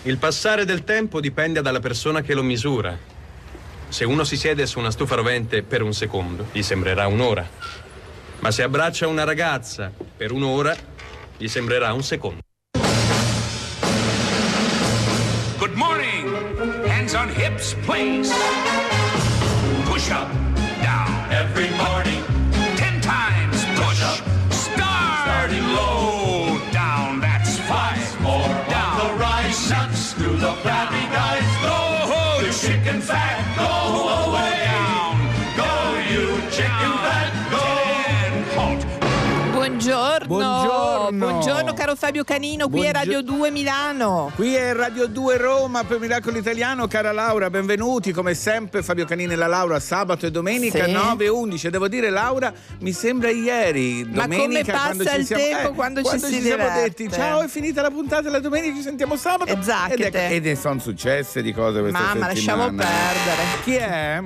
Il passare del tempo dipende dalla persona che lo misura. Se uno si siede su una stufa rovente per un secondo, gli sembrerà un'ora. Ma se abbraccia una ragazza per un'ora, gli sembrerà un secondo. Good morning. Hands on hips, please. Push up, down. Every morning. 10 times push up. Starting low, down. That's 5 more. Down. The rise nuts through the flabby guys. Go, you chicken fat. Go away. Down. Go, you chicken fat. Go. 10. Halt. Buongiorno caro Fabio Canino, qui è Radio 2 Milano. Qui è Radio 2 Roma per Miracolo Italiano, cara Laura, benvenuti come sempre Fabio Canino e la Laura sabato e domenica 9:11. Devo dire Laura, mi sembra ieri, domenica, ma come passa il tempo quando ci si siamo diverte. detti ciao, è finita la puntata, la domenica ci sentiamo sabato. Ed ne sono successe di cose questa settimana. Mamma, lasciamo perdere. Chi è?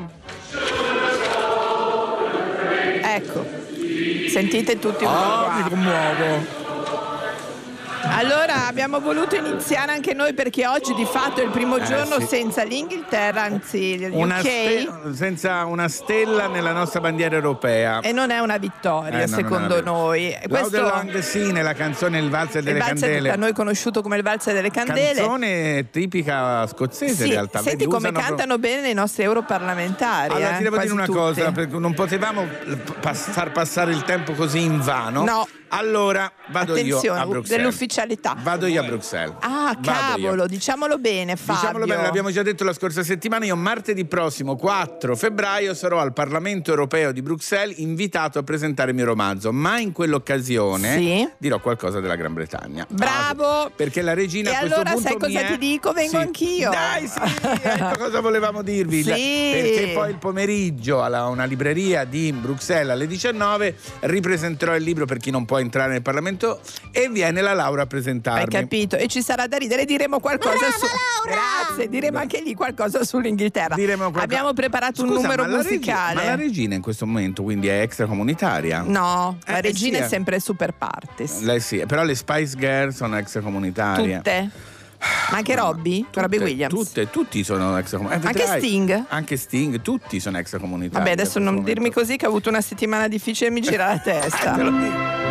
Ecco. Sentite tutti mi commuovo. Allora abbiamo voluto iniziare anche noi perché oggi di fatto è il primo giorno senza l'Inghilterra, anzi il UK, senza una stella nella nostra bandiera europea. E non è una vittoria secondo noi. Questo Sine, la canzone Il Valzer delle Candele, da noi conosciuto come Il Valzer delle Candele, canzone tipica scozzese in realtà. Senti come cantano bene i nostri europarlamentari. Allora ti devo dire una cosa, perché non potevamo far passare il tempo così in vano. No. Allora vado io a Bruxelles. Dell'ufficialità. Vado io a Bruxelles. Ah, cavolo, diciamolo bene, Fabio. Diciamolo bene, l'abbiamo già detto la scorsa settimana. Io martedì prossimo, 4 febbraio, sarò al Parlamento Europeo di Bruxelles invitato a presentare il mio romanzo, ma in quell'occasione dirò qualcosa della Gran Bretagna. Bravo! Perché la regina e a questo allora punto sai cosa ti dico? Vengo anch'io. Dai, ecco cosa volevamo dirvi. Perché poi il pomeriggio alla una libreria di Bruxelles alle 19 ripresenterò il libro per chi non può entrare nel Parlamento e viene la Laura a presentarmi. Hai capito? E ci sarà da ridere, diremo qualcosa su Laura! Grazie, diremo anche lì qualcosa sull'Inghilterra. Abbiamo preparato un numero musicale. Ma la regina in questo momento quindi è extracomunitaria? No, la regina è sempre super partes. Lei sì, però le Spice Girls sono extracomunitarie. Tutte? Ma anche Robbie Williams? Tutti sono extracomunitari. Anche Sting? Anche Sting, tutti sono extracomunitari. Vabbè, adesso non dirmi così che ho avuto una settimana difficile e mi gira la testa. Te lo dico.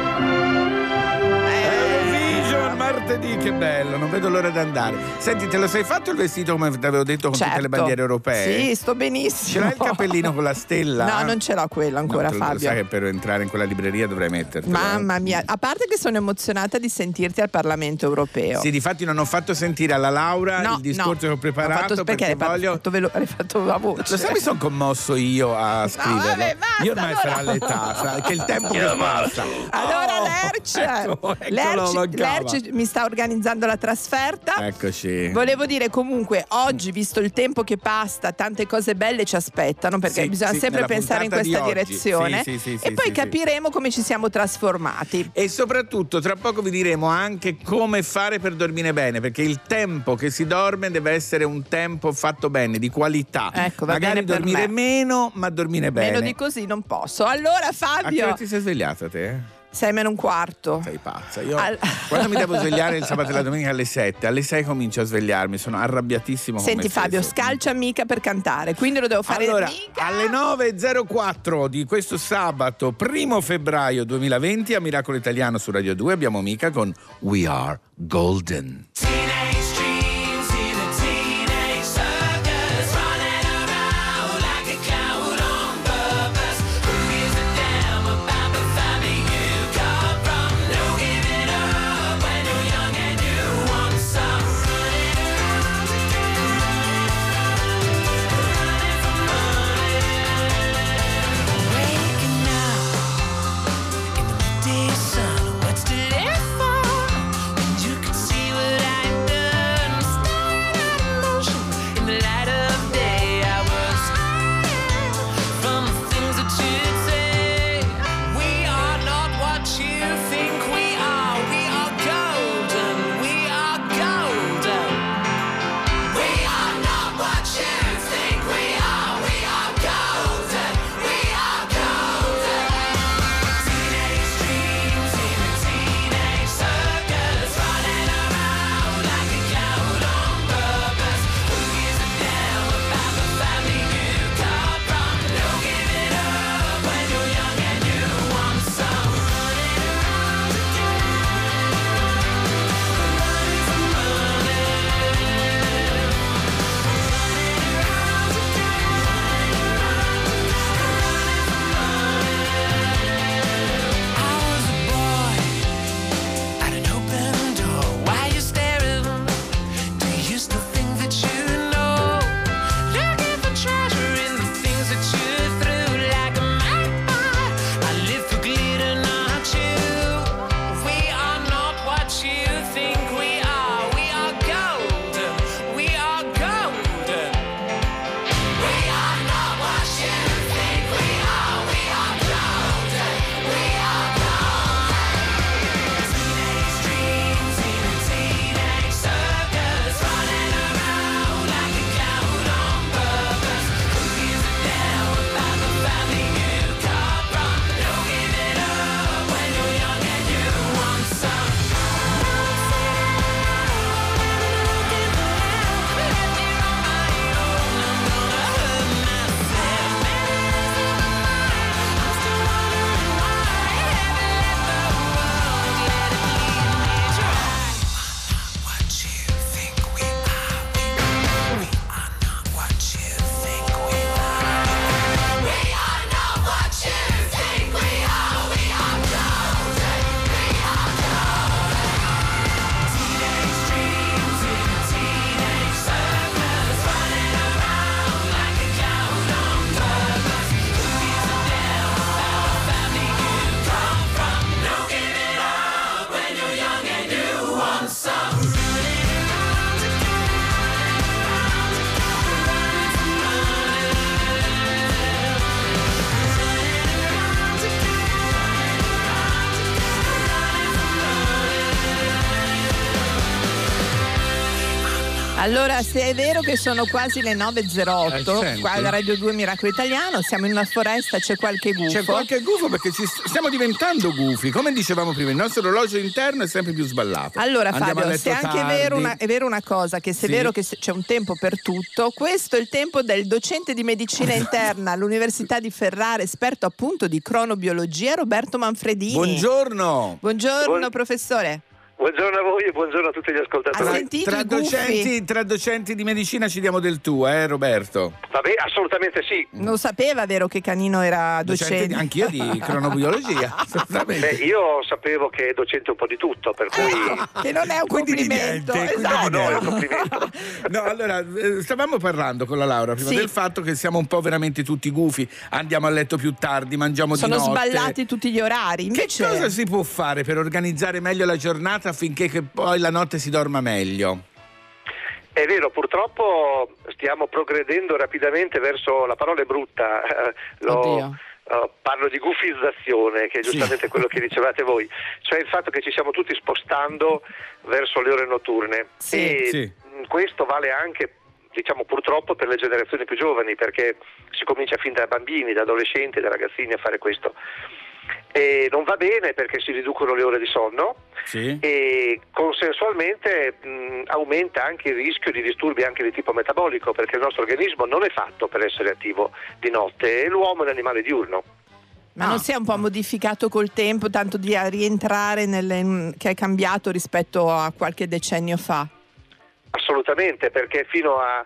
Martedì, che bello, non vedo l'ora di andare. Senti, te lo sei fatto il vestito come ti avevo detto con tutte le bandiere europee? Sì, sto benissimo. Ce l'hai il cappellino con la stella? No, non ce l'ho quello ancora, Fabio. Sai che per entrare in quella libreria dovrei mettertelo. Mamma mia, a parte che sono emozionata di sentirti al Parlamento Europeo. Sì, difatti non ho fatto sentire alla Laura il discorso che ho preparato perché voglio... Hai fatto la voce. Lo sai, mi sono commosso io a scriverlo. Vabbè, basta, io ormai sarà l'età, che il tempo che passa. Allora Lerch mi sta organizzando la trasferta. Eccoci. Volevo dire comunque oggi, visto il tempo che passa, tante cose belle ci aspettano perché bisogna sempre pensare in questa direzione e poi capiremo come ci siamo trasformati. E soprattutto tra poco vi diremo anche come fare per dormire bene, perché il tempo che si dorme deve essere un tempo fatto bene, di qualità. Ecco, va magari bene dormire meno, ma dormire bene. Meno di così non posso. Allora Fabio, a che ora ti sei svegliata te? 6:45. Sei pazza. Io quando mi devo svegliare il sabato e la domenica alle 7, alle 6 comincio a svegliarmi, sono arrabbiatissimo. Senti Fabio, scalcia mica per cantare, quindi lo devo fare. Allora, alle 9:04 di questo sabato 1 febbraio 2020 a Miracolo Italiano su Radio 2 abbiamo Mica con We Are Golden. Sun, what's to live for? And you can see what I Allora, se è vero che sono quasi le 9.08, qua alla Radio 2 Miracolo Italiano, siamo in una foresta, c'è qualche gufo. C'è qualche gufo perché stiamo diventando gufi. Come dicevamo prima, il nostro orologio interno è sempre più sballato. Allora Fabio, se anche è vero una cosa, che se è vero che c'è un tempo per tutto, questo è il tempo del docente di medicina interna all'Università di Ferrara, esperto appunto di cronobiologia, Roberto Manfredini. Buongiorno. Buongiorno professore. Buongiorno a voi e buongiorno a tutti gli ascoltatori. Tra docenti di medicina ci diamo del tuo, Roberto? Vabbè, assolutamente sì. Non sapeva, vero, che Canino era docente? Anch'io di cronobiologia. Beh, io sapevo che è docente un po' di tutto, per cui... che non è un complimento. No, è un complimento. No, allora, stavamo parlando con la Laura prima del fatto che siamo un po' veramente tutti gufi, andiamo a letto più tardi, mangiamo di notte. Sono sballati tutti gli orari. Invece... Che cosa si può fare per organizzare meglio la giornata affinché che poi la notte si dorma meglio? È vero, purtroppo stiamo progredendo rapidamente verso, la parola è brutta, parlo di gufizzazione, che è giustamente quello che dicevate voi, cioè il fatto che ci siamo tutti spostando verso le ore notturne. Questo vale anche, diciamo, purtroppo per le generazioni più giovani, perché si comincia fin da bambini, da adolescenti, da ragazzini a fare questo. E non va bene perché si riducono le ore di sonno e consensualmente aumenta anche il rischio di disturbi anche di tipo metabolico, perché il nostro organismo non è fatto per essere attivo di notte e l'uomo è un animale diurno. Ma non si è un po' modificato col tempo, tanto di rientrare che è cambiato rispetto a qualche decennio fa? Assolutamente, perché fino a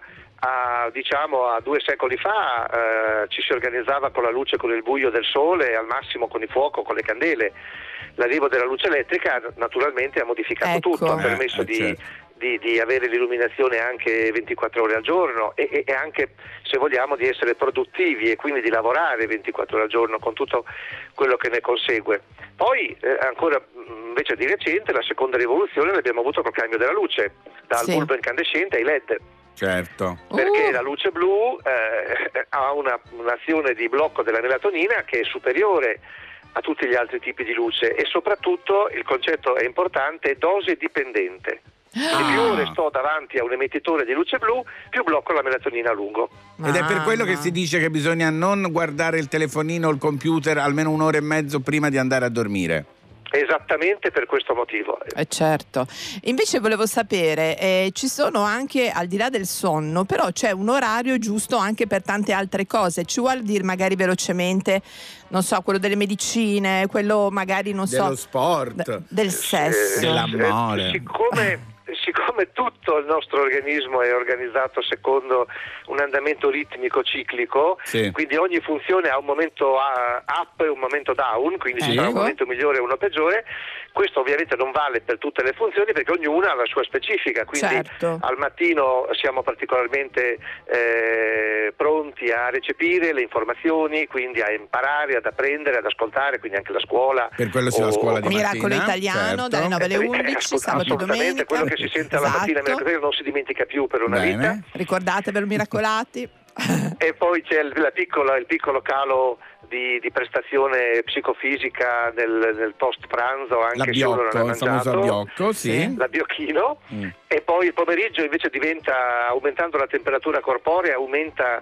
2 secoli fa ci si organizzava con la luce, con il buio del sole, al massimo con il fuoco, con le candele. L'arrivo della luce elettrica naturalmente ha modificato tutto, ha permesso di avere l'illuminazione anche 24 ore al giorno e anche, se vogliamo, di essere produttivi e quindi di lavorare 24 ore al giorno con tutto quello che ne consegue. Poi ancora invece di recente la seconda rivoluzione l'abbiamo avuto col cambio della luce, dal bulbo incandescente ai LED. Certo. Perché la luce blu ha un'azione di blocco della melatonina che è superiore a tutti gli altri tipi di luce e soprattutto, il concetto è importante, è dose dipendente. Quindi più ore sto davanti a un emettitore di luce blu, più blocco la melatonina a lungo. Ed è per quello che si dice che bisogna non guardare il telefonino o il computer almeno un'ora e mezzo prima di andare a dormire. Esattamente per questo motivo. Certo. Invece volevo sapere, ci sono anche, al di là del sonno, però c'è un orario giusto anche per tante altre cose. Ci vuole dire magari velocemente, non so, quello delle medicine, quello magari dello sport, del sesso, dell'amore. Siccome tutto il nostro organismo è organizzato secondo un andamento ritmico ciclico, quindi ogni funzione ha un momento up e un momento down, quindi ci sarà un momento migliore e uno peggiore. Questo ovviamente non vale per tutte le funzioni perché ognuna ha la sua specifica, quindi al mattino siamo particolarmente pronti a recepire le informazioni, quindi a imparare, ad apprendere, ad ascoltare, quindi anche la scuola. Per quello c'è la scuola di Miracolo Italiano, dalle 9 alle 11, sabato e domenica. Quello che si sente alla mattina non si dimentica più per una vita. Ricordatevelo, miracolati. E poi c'è il piccolo calo di prestazione psicofisica nel post pranzo, anche se uno non ha mangiato, l'abbiocchino. E poi il pomeriggio invece diventa, aumentando la temperatura corporea, aumenta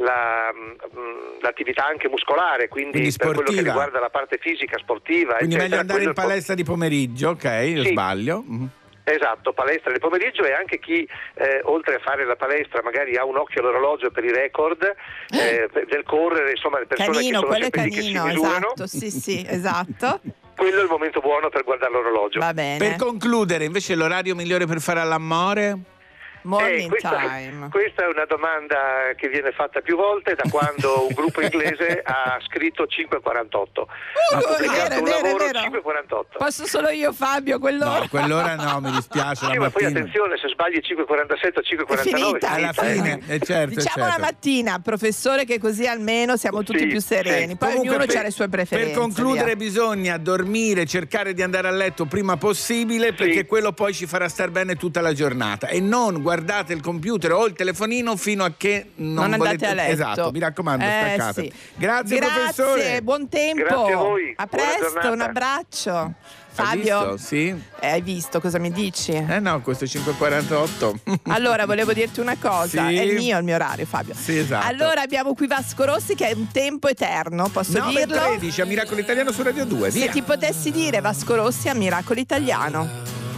l'attività anche muscolare, quindi per quello che riguarda la parte fisica, sportiva. Quindi eccetera. meglio andare in palestra di pomeriggio, io sbaglio? Esatto, palestra di pomeriggio, e anche chi oltre a fare la palestra magari ha un occhio all'orologio per i record del correre, insomma le persone Canino, che sono quello è sempre lì che si misurano. Esatto, sì, esatto. Quello è il momento buono per guardare l'orologio. Va bene. Per concludere, invece, l'orario migliore per fare all'amore? Morning time. Questa è una domanda che viene fatta più volte da quando un gruppo inglese ha scritto 5:48. Ha pubblicato un lavoro 5:48. Posso solo io, Fabio, quell'ora? No, quell'ora no, mi dispiace. Sì, ma poi attenzione, se sbagli 5:47 o 5:49 alla fine, certo. Diciamo la mattina, professore, che così almeno siamo tutti più sereni. Poi comunque ognuno ha le sue preferenze. Per concludere, bisogna dormire, cercare di andare a letto prima possibile, perché quello poi ci farà star bene tutta la giornata, e non guardate il computer o il telefonino fino a che non andate a letto. Esatto, mi raccomando, staccate. Grazie, professore. Buon tempo. Grazie a voi. A presto, un abbraccio. Fabio? Hai visto? Sì. Hai visto cosa mi dici? No, questo è 5:48. Allora, volevo dirti una cosa. Sì. È il mio orario, Fabio. Sì, esatto. Allora abbiamo qui Vasco Rossi che è un tempo eterno, posso dirlo? 9:13 a Miracolo Italiano su Radio 2. Se ti potessi dire Vasco Rossi a Miracolo Italiano.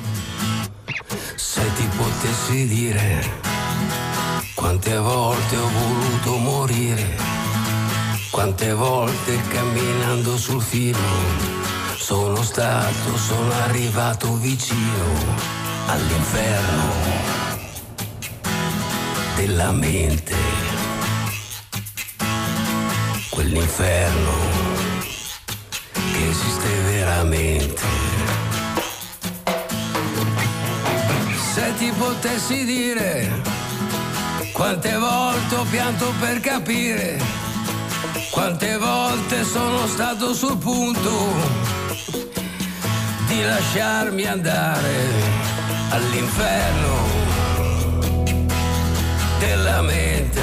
Se ti potessi dire quante volte ho voluto morire, quante volte camminando sul filo sono arrivato vicino all'inferno della mente, quell'inferno che esiste veramente. Se ti potessi dire quante volte ho pianto per capire, quante volte sono stato sul punto di lasciarmi andare all'inferno della mente,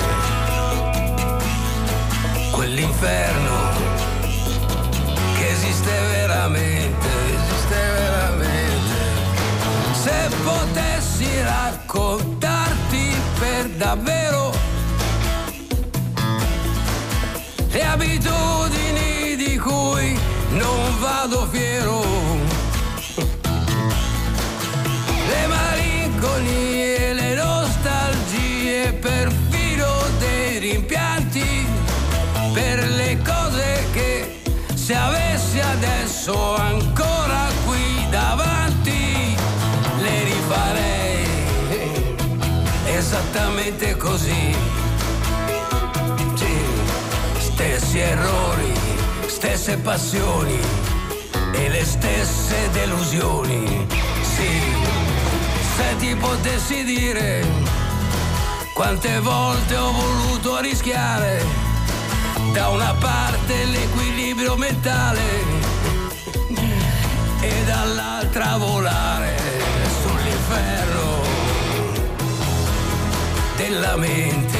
quell'inferno che esiste veramente, Se potessi raccontarti per davvero le abitudini di cui non vado fiero, le malinconie, le nostalgie, perfino dei rimpianti per le cose che se avessi adesso ancora qui davanti le rifarei esattamente così. Sì, stessi errori, stesse passioni e le stesse delusioni. Sì, se ti potessi dire quante volte ho voluto rischiare da una parte l'equilibrio mentale e dall'altra volare sull'inferno della mente,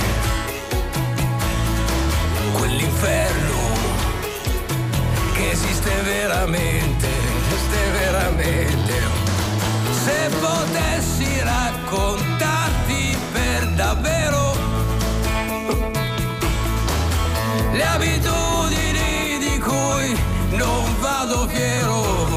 quell'inferno che esiste veramente. Se potessi raccontarti per davvero le abitudini di cui non vado fiero,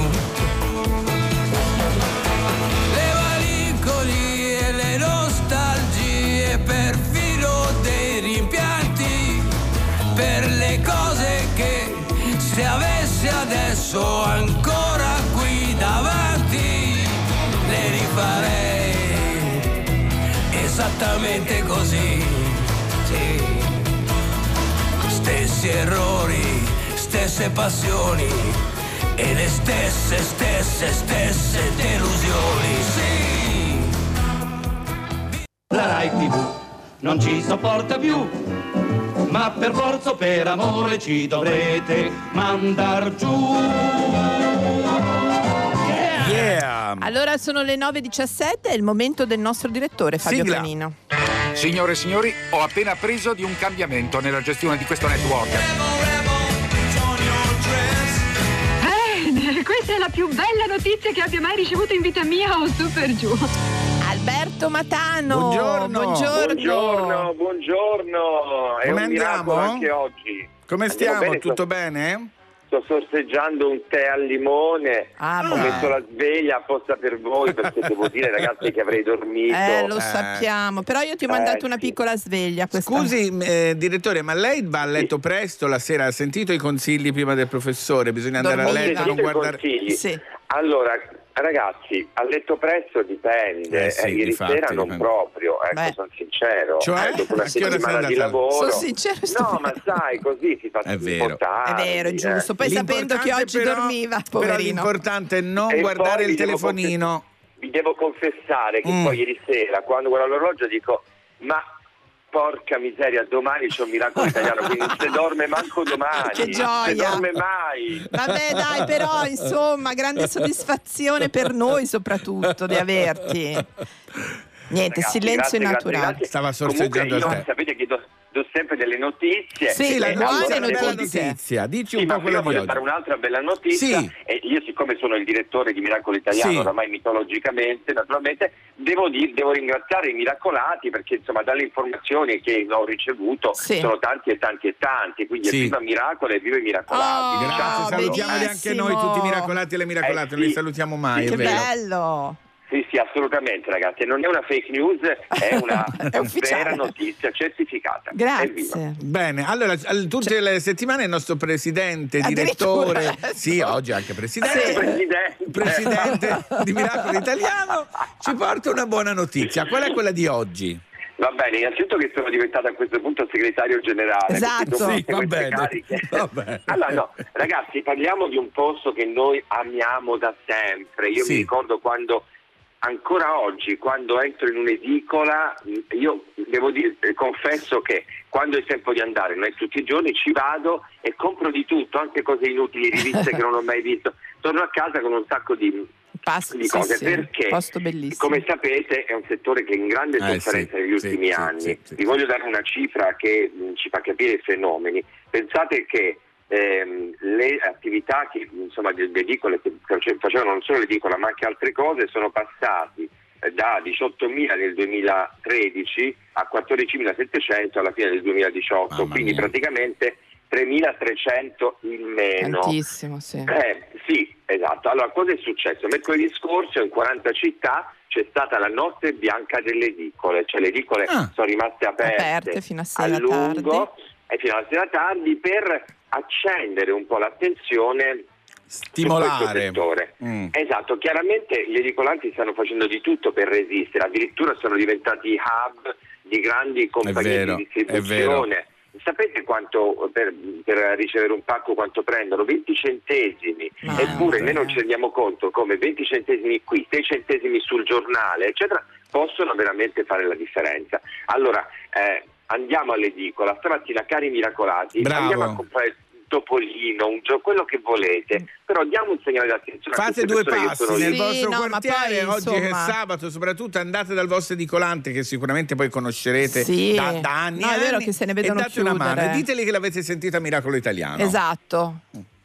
le malinconie, le nostalgie, perfino dei rimpianti per le cose che se avessi adesso ancora qui davanti le rifarei esattamente così. Sì. Stessi errori, stesse passioni e le stesse delusioni. Sì. La Rai TV non ci sopporta più, ma per forza o per amore ci dovrete mandar giù. Yeah. Allora sono le 9:17, è il momento del nostro direttore Fabio Sigla. Canino. Signore e signori, ho appena appreso di un cambiamento nella gestione di questo network. Questa è la più bella notizia che abbia mai ricevuto in vita mia o su per giù. Alberto Matano. Buongiorno. Buongiorno. È Come un miracolo andiamo? anche oggi. Come Andiamo stiamo? bene, Tutto bene? Sto sorseggiando un tè al limone. Ho beh. messo la sveglia apposta per voi perché devo dire, ragazzi, che avrei dormito. Lo sappiamo, però io ti ho mandato una sì. piccola sveglia. Scusi, direttore, ma lei va a letto presto la sera? Ha sentito i consigli prima del professore? Bisogna andare a Dormiva. letto, non Sentite i guardare. consigli? Sì. Allora, ragazzi, a letto presto dipende. Sì, Ieri difatti, sera non dipende. proprio, Beh. sono sincero. Cioè? Dopo una A che ora sei settimana di andata? lavoro. Sono sincero e No, stupendo. ma sai, così si fa È tutti vero. È portardi, vero, è giusto. Poi sapendo che L'importante oggi però- dormiva, Però poverino. l'importante è non E guardare poi il vi devo telefonino. Vi devo confessare che poi ieri sera, quando guardo l'orologio, dico: ma porca miseria, domani c'è un miracolo italiano, quindi non si dorme manco domani. Che gioia. Non si dorme mai. Vabbè, dai, però, insomma, grande soddisfazione per noi soprattutto di averti. Niente, ragazzi, silenzio naturale. Grazie. Stava sorseggiando il tè. Sapete che do sempre delle notizie. Sì, la buona notizie. notizia. Dici un po' quella di voglio oggi. fare un'altra bella notizia. Sì. E io, siccome sono il direttore di Miracolo Italiano, oramai mitologicamente, naturalmente, devo ringraziare i miracolati, perché insomma dalle informazioni che ho ricevuto sono tanti e tanti e tanti, quindi viva Miracolo e viva i miracolati. Grazie, salutiamoli anche noi tutti i miracolati e le miracolate, non li salutiamo mai, che è vero. bello! Sì, assolutamente, ragazzi. Non è una fake news, è una vera notizia certificata. Grazie. Bene, allora tutte le settimane il nostro presidente, direttore, oggi anche presidente di Miracolo Italiano, ci porta una buona notizia. Qual è quella di oggi? Va bene, innanzitutto che sono diventato a questo punto segretario generale. Esatto. Va bene. Allora, no, ragazzi, parliamo di un posto che noi amiamo da sempre. Io mi ricordo ancora oggi, quando entro in un'edicola, io devo dire, confesso che quando è tempo di andare, non è tutti i giorni, ci vado e compro di tutto, anche cose inutili, riviste che non ho mai visto. Torno a casa con un sacco di cose, perché come sapete è un settore che è in grande sofferenza negli ultimi anni. Vi voglio dare una cifra che ci fa capire i fenomeni. Pensate che le attività che insomma delle edicole che facevano non solo l'edicola ma anche altre cose sono passati da 18.000 nel 2013 a 14.700 alla fine del 2018, quindi praticamente 3.300 in meno. Tantissimo, sì. Sì, esatto. Allora, cosa è successo? Mercoledì scorso in 40 città c'è stata la notte bianca delle edicole, cioè le edicole sono rimaste aperte fino a sera a lungo e fino alla sera tardi per accendere un po' l'attenzione, stimolare su questo settore. Esatto, chiaramente gli edicolanti stanno facendo di tutto per resistere, addirittura sono diventati hub di grandi compagnie di distribuzione. Sapete quanto per ricevere un pacco quanto prendono? 20 centesimi. Eppure noi non ci rendiamo conto come 20 centesimi qui, 6 centesimi sul giornale, eccetera, possono veramente fare la differenza. Allora, andiamo all'edicola. Stamattina, cari miracolati, andiamo a comprare topolino, un gioco, quello che volete, però diamo un segnale d'attenzione. Fate due passi nel vostro quartiere, poi, oggi che è sabato, soprattutto andate dal vostro edicolante che sicuramente poi conoscerete da anni. No, è vero che se ne vedono e date chiudere. una mano e diteli che l'avete sentita a Miracolo Italiano. Esatto,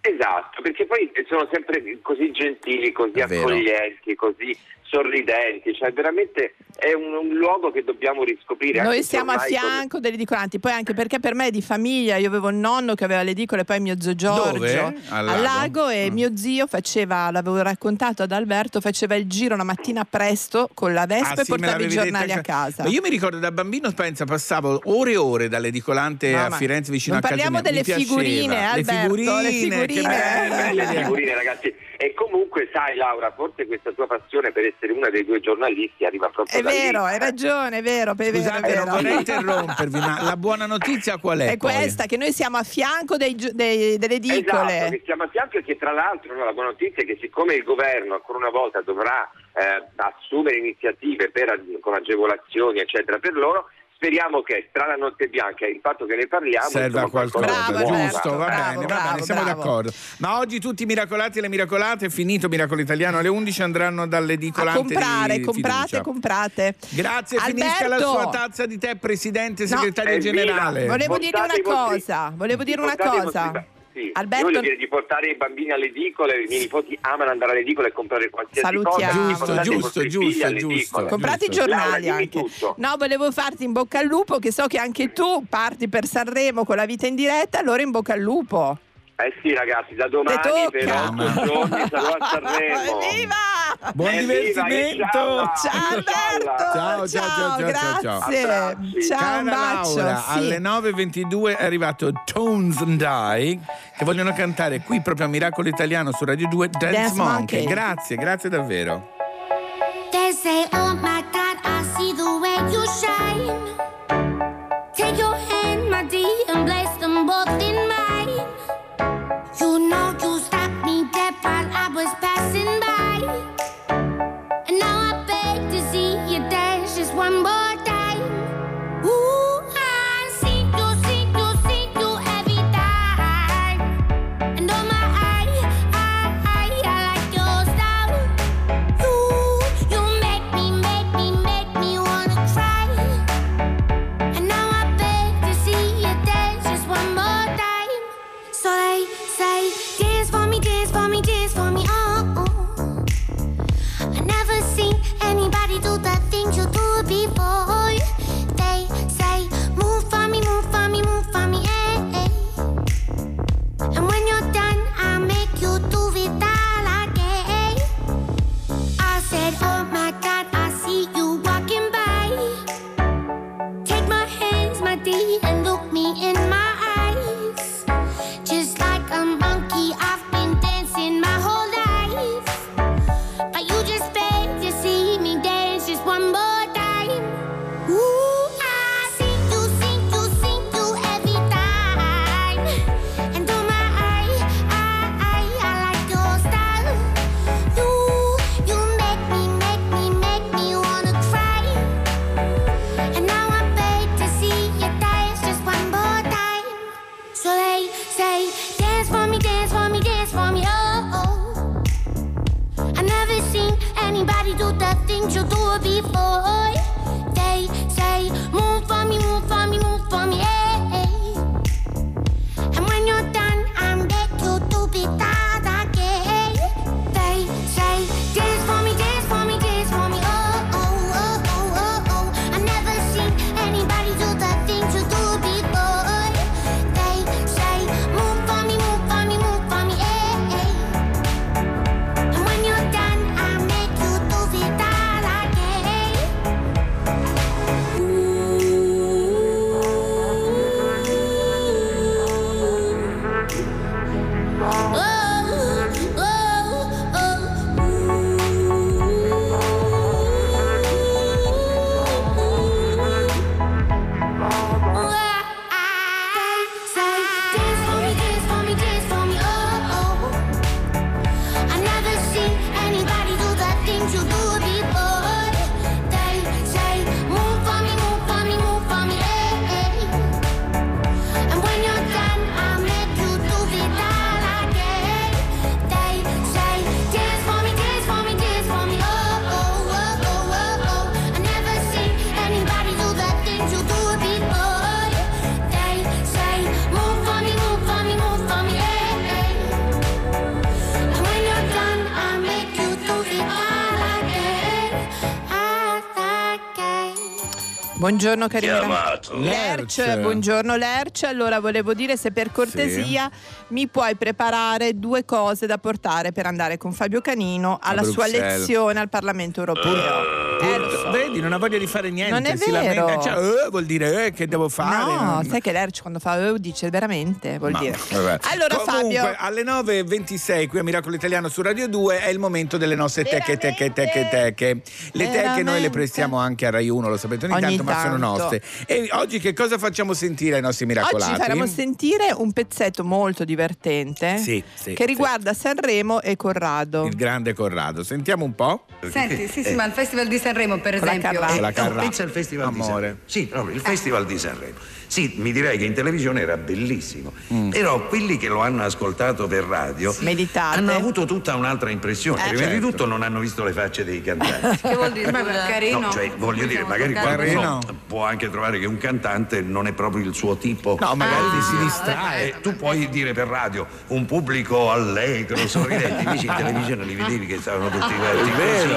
perché poi sono sempre così gentili, così accoglienti, così sorridenti, cioè veramente è un luogo che dobbiamo riscoprire. Noi siamo a fianco degli edicolanti, poi anche perché per me è di famiglia, io avevo il nonno che aveva le edicole, poi mio zio Giorgio. Dove? Al lago e mio zio l'avevo raccontato ad Alberto, faceva il giro una mattina presto con la Vespa e portava i giornali a casa. Ma io mi ricordo da bambino, passavo ore e ore dall'edicolante a Firenze vicino a casa mia. Non parliamo delle figurine, Alberto, le figurine, le figurine, ragazzi. E comunque sai Laura, forse questa tua passione per essere una dei due giornalisti arriva proprio da lì. È vero, hai ragione, è vero. Scusate, non vorrei interrompervi, ma la buona notizia qual è? È questa, che noi siamo a fianco delle edicole. Esatto, che siamo a fianco e che tra l'altro la buona notizia è che siccome il governo ancora una volta dovrà assumere iniziative con agevolazioni eccetera per loro, speriamo che tra la notte bianca e il fatto che ne parliamo serva a qualcosa. Giusto, va bene, siamo d'accordo. Ma oggi tutti i miracolati e le miracolate, è finito Miracolo Italiano, alle 11 andranno dall'edicolante comprate. Grazie, Alberto, finisca la sua tazza di tè, presidente, segretario generale. Volevo dire una cosa. Sì. Alberto... Io voglio dire di portare i bambini alle edicole, i miei nipoti amano andare alle edicole e comprare qualsiasi cosa. Giusto. Comprate i giornali anche. No, volevo farti in bocca al lupo, che so che anche tu parti per Sanremo con la vita in diretta, allora in bocca al lupo. Sì ragazzi, da domani per 8 giorni sarò a Sanremo. Evviva! Buon divertimento! Ciao Alberto! Ciao, grazie! Ciao, un bacio! Laura, alle 9.22 è arrivato Tones and I, che vogliono cantare qui proprio a Miracolo Italiano su Radio 2 Dance Monkey. Grazie davvero. They say, oh my God, I see the way you shine. Take your hand, my dear, and place them both in mine. You know you stopped me dead while I was passing by. And now I beg to see you dance just one more time. Ooh, I see you every time. And oh my, I like your style. And now I beg to see you dance just one more time. So they say, dance for me, dance for me, dance for me, oh, oh. I never seen anybody do the things you do before. They say, move for me, move for me, move for me, hey. And when you're done, I beg you to be that again. They say, dance for me, dance for me, dance for me, oh, oh, oh, oh, oh, oh. I never seen anybody do the things you do before. They say, move for me, move for me, move for me, hey. And when you're done, I make you do it all again. Oh, oh, Buongiorno carino Lerch. Buongiorno Lerch. Allora volevo dire se per cortesia mi puoi preparare 2 cose da portare per andare con Fabio Canino alla sua lezione al Parlamento Europeo. Vedi, non ha voglia di fare niente. Non è si vero. lamenta, cioè, vuol dire che devo fare. No, sai che Lerch quando fa dice veramente, vuol dire. Vabbè. Allora comunque, Fabio, alle 9.26 qui a Miracolo Italiano su Radio 2 è il momento delle nostre teche. Le teche noi le prestiamo anche a Rai 1, lo sapete ogni tanto, ma sono nostre. E oggi che cosa facciamo sentire ai nostri miracolati? Oggi faremo sentire un pezzetto molto divertente che riguarda Sanremo e Corrado. Il grande Corrado. Sentiamo un po'. Senti, sì, ma il Festival di Sanremo, per esempio. Pensa al Festival di Sanremo. Sì, proprio il Festival di Sanremo. Sì, mi direi che in televisione era bellissimo. Però quelli che lo hanno ascoltato per radio hanno avuto tutta un'altra impressione. Prima di tutto non hanno visto le facce dei cantanti. Che vuol dire? Carino. No, cioè, voglio dire, magari qualcuno può anche trovare che un cantante non è proprio il suo tipo. No, magari si distrae. Tu puoi dire per radio un pubblico allegro, sorridente, invece in televisione li vedevi che stavano tutti vero.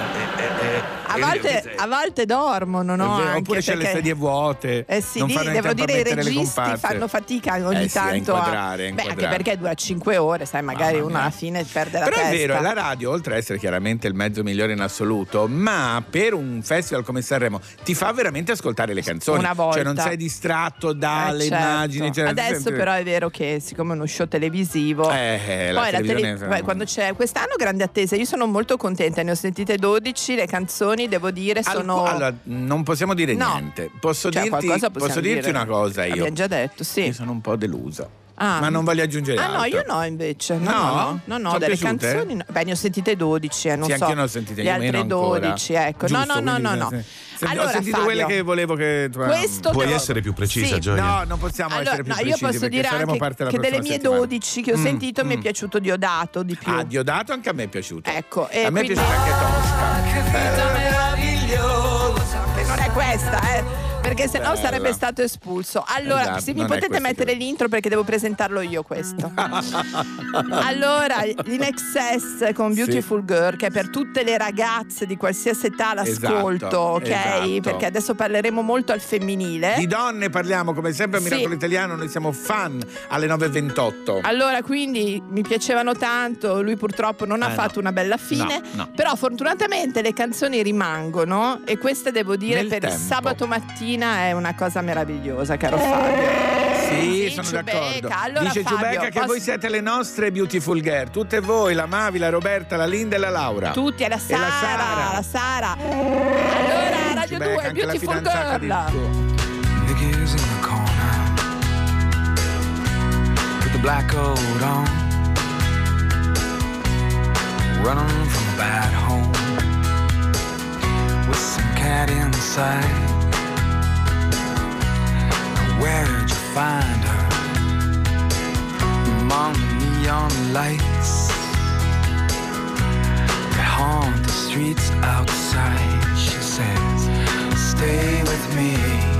A volte dormono, no? Oppure c'è le sedie vuote. Sì, devo dire, i registi fanno fatica ogni tanto a inquadrare. Anche perché dura 5 ore, sai, magari uno alla fine perde la testa. Però è vero, la radio, oltre a essere chiaramente il mezzo migliore in assoluto, ma per un festival come Sanremo ti fa veramente ascoltare le canzoni. Una volta. Cioè non sei distratto dalle immagini. Cioè, adesso però è vero che siccome è uno show televisivo, poi quando c'è quest'anno grande attesa, io sono molto contenta, ne ho sentite 12, le canzoni devo dire sono... Allora, non possiamo dire niente. Posso dirti una cosa io. Abbiamo già detto, sì. Io sono un po' delusa. Ma non voglio aggiungere altro. No, io no invece. No, delle piaciute? canzoni no. Beh, ne ho sentite 12, non so. Anche io ne ho sentite le altre 12, ecco. Giusto, no. Allora, ho sentito quelle che volevo che puoi essere più precisa, Gioia? No, non possiamo essere più precisi. Io posso dire anche che delle mie 12 che ho sentito mi è piaciuto Diodato di più. Diodato anche a me è piaciuto. Ecco, a me è piaciuta anche Tosca. Che vita meravigliosa. Che non è questa, perché sennò sarebbe stato espulso. Allora, se mi potete mettere l'intro perché devo presentarlo io questo. Allora, in Excess con Beautiful Girl, che è per tutte le ragazze di qualsiasi età l'ascolto, ok? Esatto. Perché adesso parleremo molto al femminile. Di donne parliamo come sempre a Miracolo Italiano, noi siamo fan alle 9.28. Allora, quindi mi piacevano tanto, lui purtroppo non ha fatto una bella fine, però fortunatamente le canzoni rimangono e queste devo dire per il sabato mattina è una cosa meravigliosa, caro Fabio. Sì, sono d'accordo. Allora, dice Fabio, Giubecca che voi siete le nostre Beautiful Girl, tutte voi, la Mavi, la Roberta, la Linda e la Laura. Tutti, e la Sara. Allora, Radio 2, Beautiful Girl. Niggas in the corner with the black coat on, running from a bad home with some cat inside. lights that haunt the streets outside. She says, stay with me,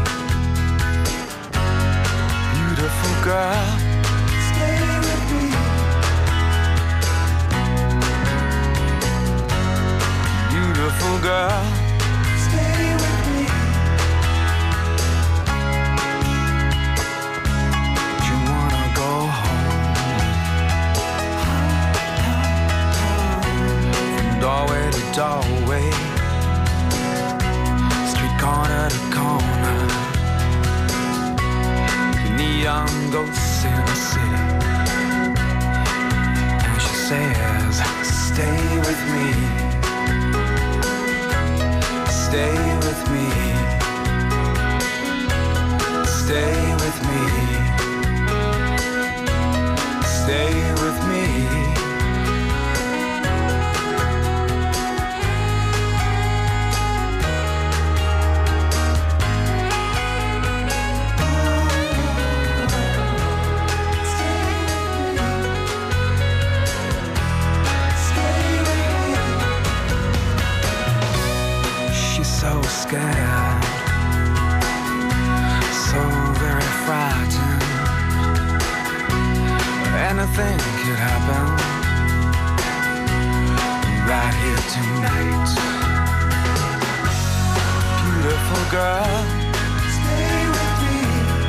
beautiful girl, stay with me, beautiful girl, stay with me. Do you wanna go home? From doorway to doorway, street corner to corner, the neon ghosts in the city. And she says, stay with me, stay with me, stay with me, stay with me. So scared, so very frightened. Anything could happen right here tonight. Beautiful girl, stay with me,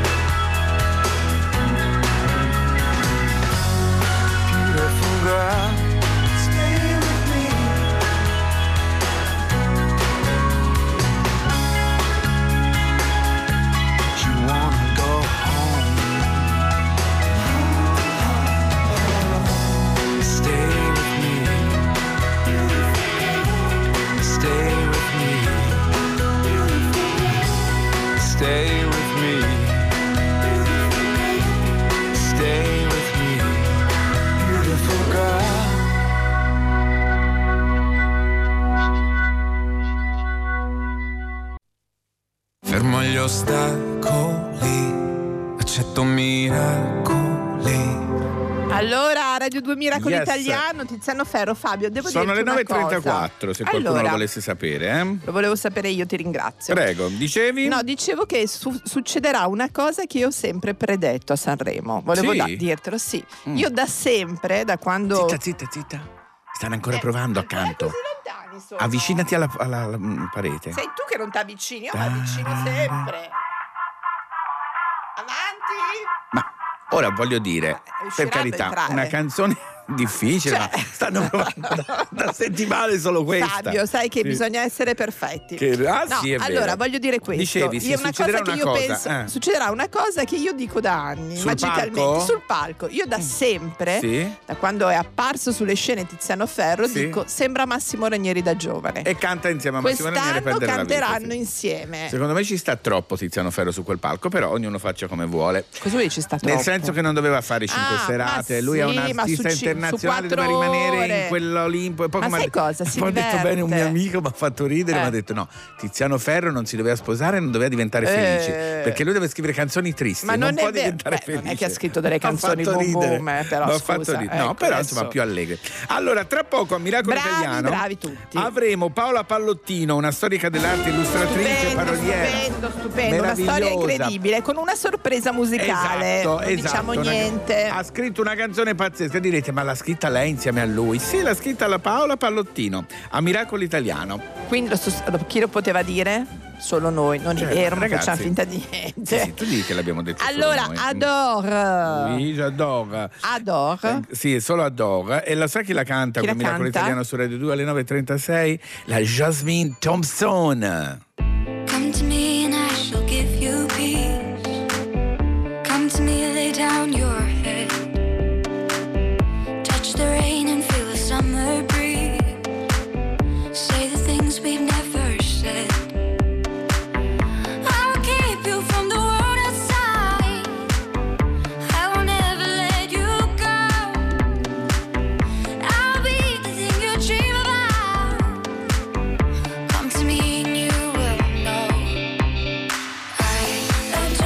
beautiful girl, stay with me. Wanna go home? Stay with me, stay with me, stay with me, stay with me, beautiful girl. Fermo gli ostacoli, accetto miracoli. Allora, Radio 2 Miracolo Italiano, Tiziano Ferro, Fabio, devo sono dirti le una 9:34, se qualcuno lo volesse sapere. Lo volevo sapere io, ti ringrazio. Prego, dicevi? No, dicevo che succederà una cosa che io ho sempre predetto a Sanremo. Volevo dirtelo, sì. Io da sempre, da quando... Zitta. Stanno ancora provando accanto. Così lontani sono. Avvicinati alla parete. Sei tu che non ti avvicini, io mi avvicino sempre. Avanti. Ma ora voglio dire, per carità, una canzone difficile, ma stanno provando da settimane solo questa. Fabio, sai che bisogna essere perfetti. Sì, è vero. Allora voglio dire questo. Dicevi, sì, succederà una cosa che io dico da anni, sul magicalmente, palco? sul palco. Io da sempre, da quando è apparso sulle scene Tiziano Ferro, dico sembra Massimo Ranieri da giovane. E canta insieme a Massimo Ranieri. Quest'anno canteranno insieme. Secondo me ci sta troppo Tiziano Ferro su quel palco, però ognuno faccia come vuole. Cosa vuoi ci sta troppo? Nel senso che non doveva fare 5 serate, lui è un artista internazionale, doveva rimanere in quell'Olimpo. E poi ma sai cosa? Si poi ha detto bene un mio amico, mi ha fatto ridere, mi ha detto no, Tiziano Ferro non si doveva sposare, non doveva diventare felice, perché lui deve scrivere canzoni tristi, ma non può diventare felice. Non è che ha scritto delle canzoni boom boom, però scusa, no, però insomma più allegre. Allora, tra poco a Miracolo Italiano avremo Paola Pallottino, una storica dell'arte, illustratrice, paroliera. Stupendo, una storia incredibile, con una sorpresa musicale. Non diciamo niente. Ha scritto una canzone pazzesca, direte, ma l'ha scritta lei insieme a lui? Sì, l'ha scritta la Paola Pallottino a Miracolo Italiano. Quindi chi lo poteva dire? Solo noi, non è vero, non facciamo finta di niente. Sì, tu dici che l'abbiamo detto. Allora, solo noi. Adore. Oui, j'adore. Adore. Sì, solo Adore. E la sa chi la canta con Miracolo Italiano su Radio 2 alle 9:36? La Jasmine Thompson. Come to me and I shall give you peace. Come to me, lay down your head. Touch the rain and feel the summer breeze. Say the things we've never said. I will keep you from the world outside. I will never let you go. I'll be the thing you dream about. Come to me and you will know. I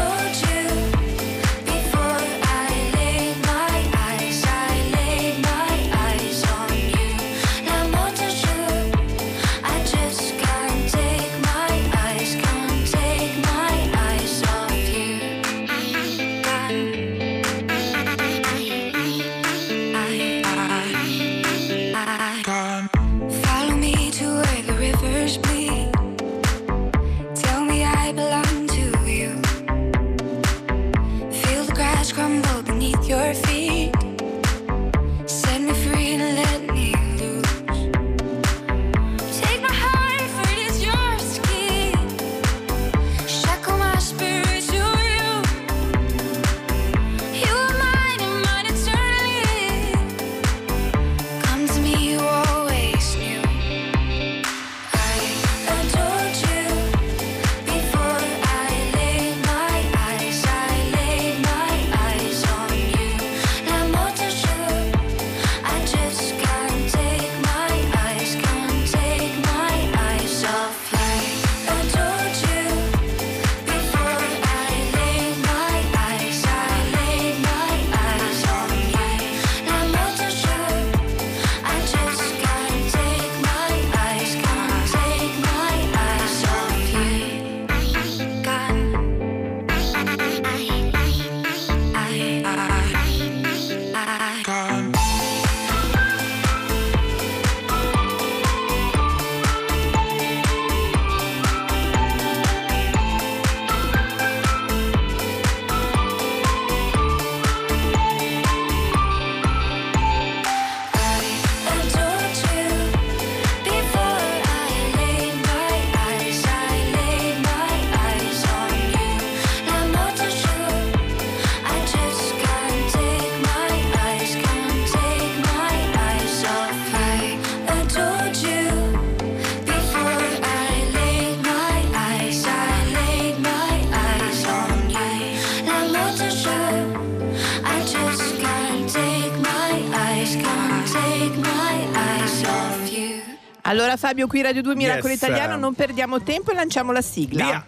Allora Fabio, qui Radio 2 Miracolo Yes. Italiano, non perdiamo tempo e lanciamo la sigla. Via.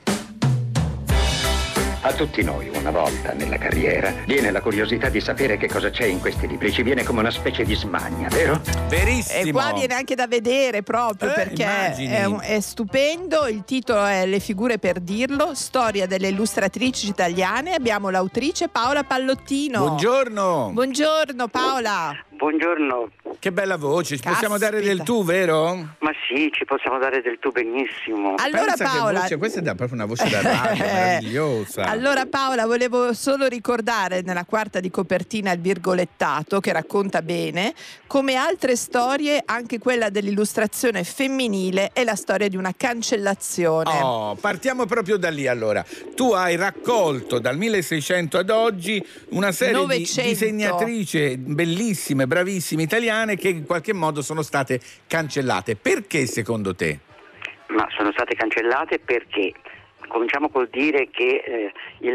A tutti noi, una volta nella carriera, viene la curiosità di sapere che cosa c'è in questi libri. Ci viene come una specie di smania, vero? Verissimo. E qua viene anche da vedere proprio perché è stupendo. Il titolo è Le figure per dirlo, storia delle illustratrici italiane. Abbiamo l'autrice Paola Pallottino. Buongiorno. Buongiorno Paola. Buongiorno. Che bella voce, ci possiamo Caspita. dare del tu, vero? Ma sì, ci possiamo dare del tu benissimo. Allora Pensa Paola, che voce, questa è proprio una voce da radio, meravigliosa. Allora Paola, volevo solo ricordare nella quarta di copertina il virgolettato che racconta bene come altre storie, anche quella dell'illustrazione femminile è la storia di una cancellazione. Oh, partiamo proprio da lì allora. Tu hai raccolto dal 1600 ad oggi una serie 900. di disegnatrici bellissime, bravissime italiane che in qualche modo sono state cancellate. Perché secondo te? Ma sono state cancellate perché cominciamo col dire che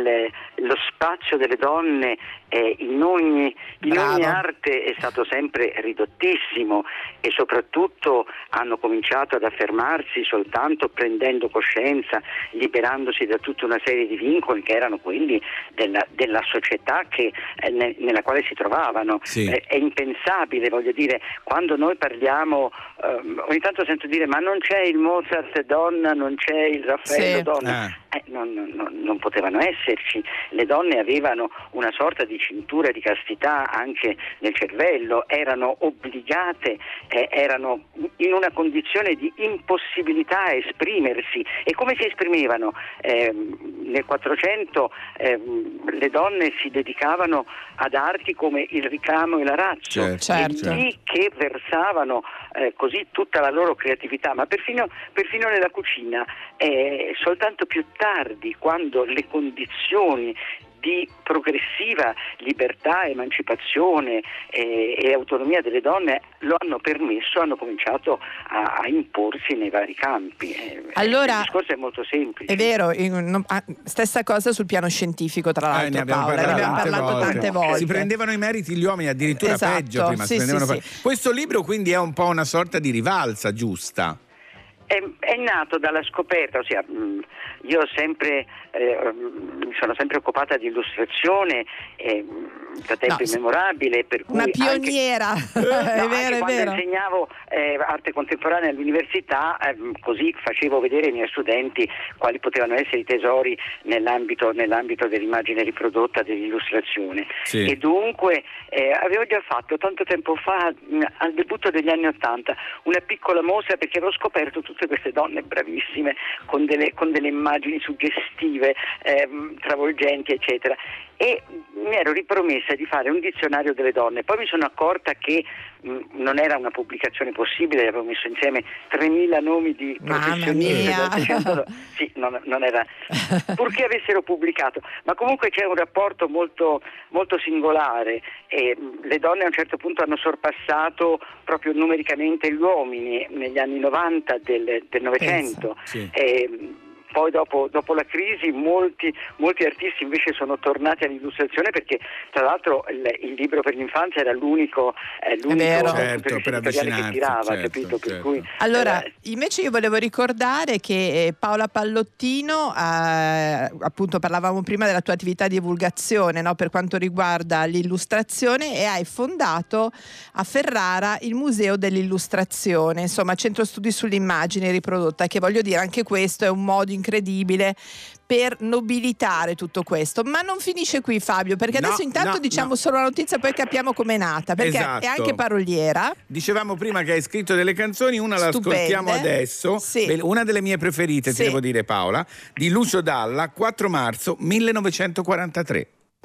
lo spazio delle donne in ogni arte è stato sempre ridottissimo e soprattutto hanno cominciato ad affermarsi soltanto prendendo coscienza, liberandosi da tutta una serie di vincoli che erano quelli della società nella quale si trovavano. Sì. È impensabile, voglio dire, quando noi parliamo, ogni tanto sento dire ma non c'è il Mozart donna, non c'è il Raffaello donna. Non potevano esserci. Le donne avevano una sorta di cintura di castità anche nel cervello, erano obbligate, erano in una condizione di impossibilità a esprimersi. E come si esprimevano? Nel 400 le donne si dedicavano ad arti come il ricamo e l'arazzo, Certo. lì che versavano così tutta la loro creatività, ma perfino nella cucina. Soltanto più tardi, quando le condizioni di progressiva libertà, emancipazione e autonomia delle donne lo hanno permesso, hanno cominciato a imporsi nei vari campi. Allora, il discorso è molto semplice. È vero, stessa cosa sul piano scientifico tra l'altro, Ne abbiamo Paola, ne abbiamo parlato tante volte. Si prendevano i meriti gli uomini, addirittura Esatto, peggio prima. sì, sì. Questo libro quindi è un po' una sorta di rivalsa, giusta? È nato dalla scoperta, ossia io sempre mi sono sempre occupata di illustrazione da tempo immemorabile, per cui una pioniera. È vero. Quando insegnavo arte contemporanea all'università, così facevo vedere ai miei studenti quali potevano essere i tesori nell'ambito dell'immagine riprodotta, dell'illustrazione. Sì. E dunque avevo già fatto tanto tempo fa, al debutto degli anni '80, una piccola mostra perché avevo scoperto tutte queste donne bravissime con delle immagini suggestive, travolgenti, eccetera. E mi ero ripromessa di fare un dizionario delle donne. Poi mi sono accorta che non era una pubblicazione possibile, avevo messo insieme 3.000 nomi di professionisti. Sì, non era, purché avessero pubblicato. Ma comunque c'è un rapporto molto, molto singolare. Le donne a un certo punto hanno sorpassato proprio numericamente gli uomini negli anni 90 del Novecento. Poi dopo la crisi molti artisti invece sono tornati all'illustrazione perché tra l'altro il libro per l'infanzia era l'unico per avvicinarsi, che tirava, certo, capito? Per cui, allora, invece io volevo ricordare che Paola Pallottino, appunto parlavamo prima della tua attività di divulgazione, no, per quanto riguarda l'illustrazione, e hai fondato a Ferrara il Museo dell'Illustrazione, insomma Centro Studi sull'immagine riprodotta, che voglio dire anche questo è un modo incredibile per nobilitare tutto questo. Ma non finisce qui, Fabio, perché adesso intanto diciamo solo la notizia, poi capiamo com'è nata, perché è anche paroliera. Dicevamo prima che hai scritto delle canzoni, una la ascoltiamo adesso, una delle mie preferite, ti devo dire, Paola, di Lucio Dalla, 4 marzo 1943.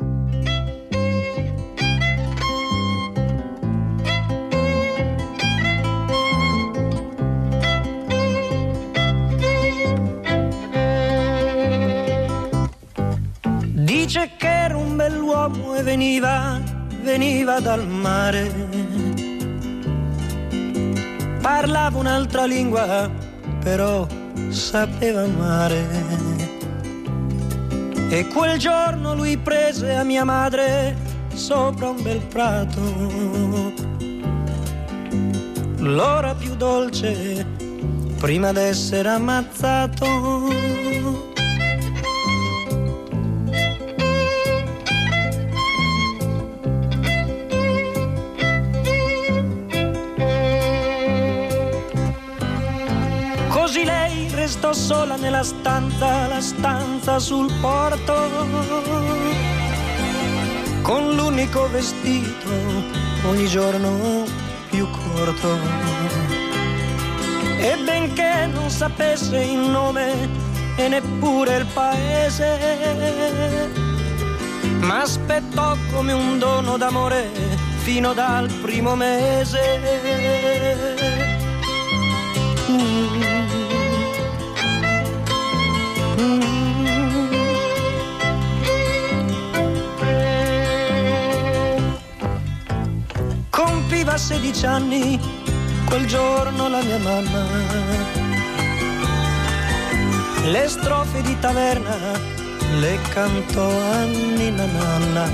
Dice che era un bell'uomo e veniva dal mare. Parlava un'altra lingua, però sapeva amare. E quel giorno lui prese a mia madre sopra un bel prato. l'ora più dolce prima d'essere ammazzato. Così lei restò sola nella stanza, la stanza sul porto, con l'unico vestito ogni giorno più corto. E benché non sapesse il nome e neppure il paese, m'aspettò come un dono d'amore fino dal primo mese. Compiva 16 anni quel giorno la mia mamma. Le strofe di taverna le cantò a Nina Nanna,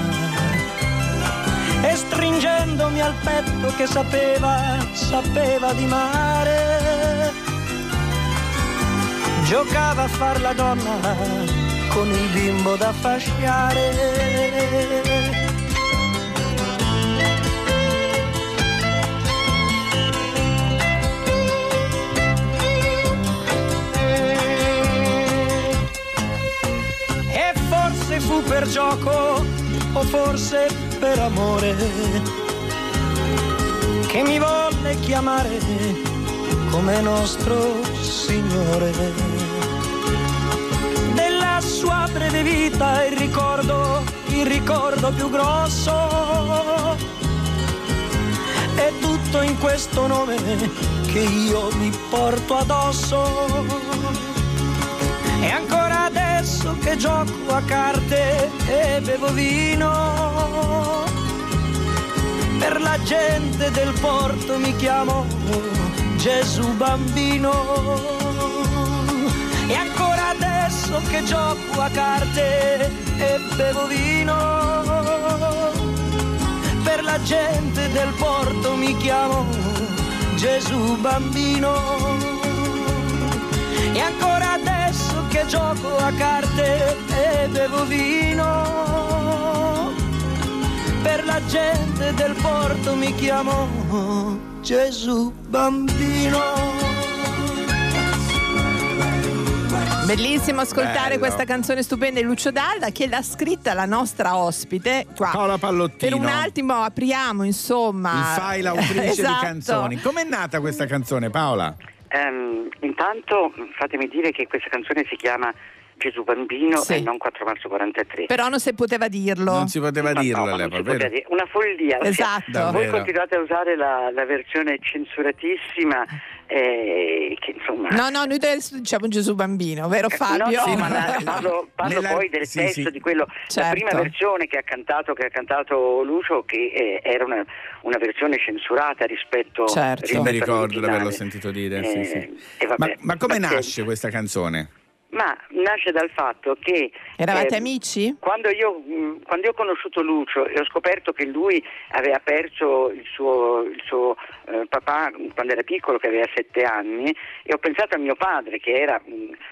e stringendomi al petto che sapeva di mare, giocava a far la donna con il bimbo da fasciare. E forse fu per gioco o forse per amore che mi volle chiamare come nostro Signore. Della sua breve vita il ricordo più grosso è tutto in questo nome che io mi porto addosso. E ancora adesso che gioco a carte e bevo vino, per la gente del porto mi chiamo Gesù Bambino. E ancora adesso che gioco a carte e bevo vino, per la gente del porto mi chiamo Gesù Bambino. E ancora adesso che gioco a carte e bevo vino, per la gente del porto mi chiamo Gesù Bambino. Bellissimo ascoltare questa canzone stupenda di Lucio Dalla, che l'ha scritta la nostra ospite qua. Paola Pallottino. Per un attimo apriamo, insomma, il file autrice esatto. di canzoni. Com'è nata questa canzone, Paola? Intanto fatemi dire che questa canzone si chiama Gesù Bambino e non 4 marzo 43. Però non si poteva dirlo. Non si poteva dirlo all'epoca, vero? Una follia. Esatto. Voi continuate a usare la versione censuratissima che insomma... No, noi adesso diciamo Gesù Bambino, vero Fabio? No, ma parlo poi del testo di quello, certo. La prima versione che ha cantato Lucio, che era una versione censurata rispetto Io mi ricordo di averlo sentito dire. Sì. Ma come nasce questa canzone? Ma nasce dal fatto che eravate amici? Quando io ho conosciuto Lucio e ho scoperto che lui aveva perso il suo papà quando era piccolo, che aveva 7 anni, e ho pensato a mio padre, che era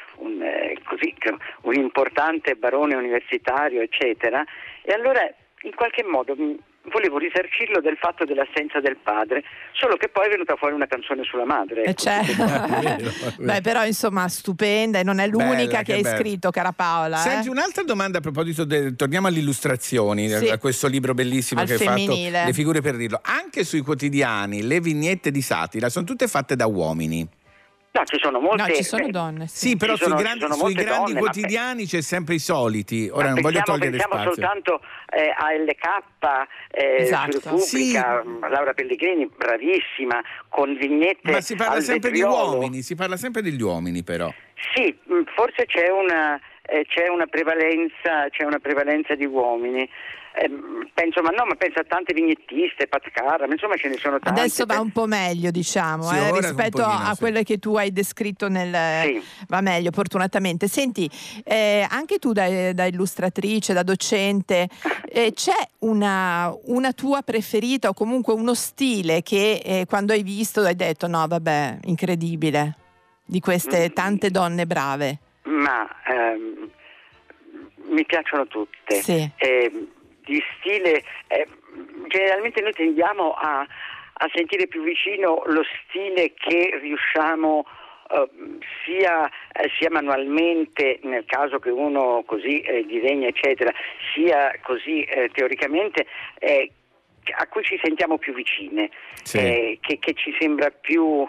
un importante barone universitario, eccetera, e allora in qualche modo volevo risarcirlo del fatto dell'assenza del padre, solo che poi è venuta fuori una canzone sulla madre. Beh, però insomma stupenda, e non è l'unica che hai scritto, cara Paola. Senti, un'altra domanda a proposito torniamo alle illustrazioni, a questo libro bellissimo che hai fatto, Le figure per dirlo. Anche sui quotidiani le vignette di satira sono tutte fatte da uomini. No, ci sono molte. No, ci sono donne. Sì, però sui grandi quotidiani c'è sempre i soliti. Ora non voglio togliere spazio. Pensiamo soltanto a LK, Repubblica, Laura Pellegrini, bravissima, con vignette. Ma si parla sempre di uomini, si parla sempre degli uomini, però. Sì, forse c'è c'è una prevalenza di uomini. Penso a tante vignettiste, Pat Carra, insomma ce ne sono tante. Adesso va un po' meglio, diciamo, sì, rispetto a quelle che tu hai descritto sì. Va meglio, fortunatamente. Senti, anche tu da illustratrice, da docente, c'è una tua preferita o comunque uno stile che quando hai visto hai detto no vabbè, incredibile, di queste tante donne brave? Ma mi piacciono tutte. Sì. Di stile, generalmente noi tendiamo a sentire più vicino lo stile che riusciamo sia manualmente, nel caso che uno così disegna eccetera, sia così teoricamente, a cui ci sentiamo più vicine, che ci sembra più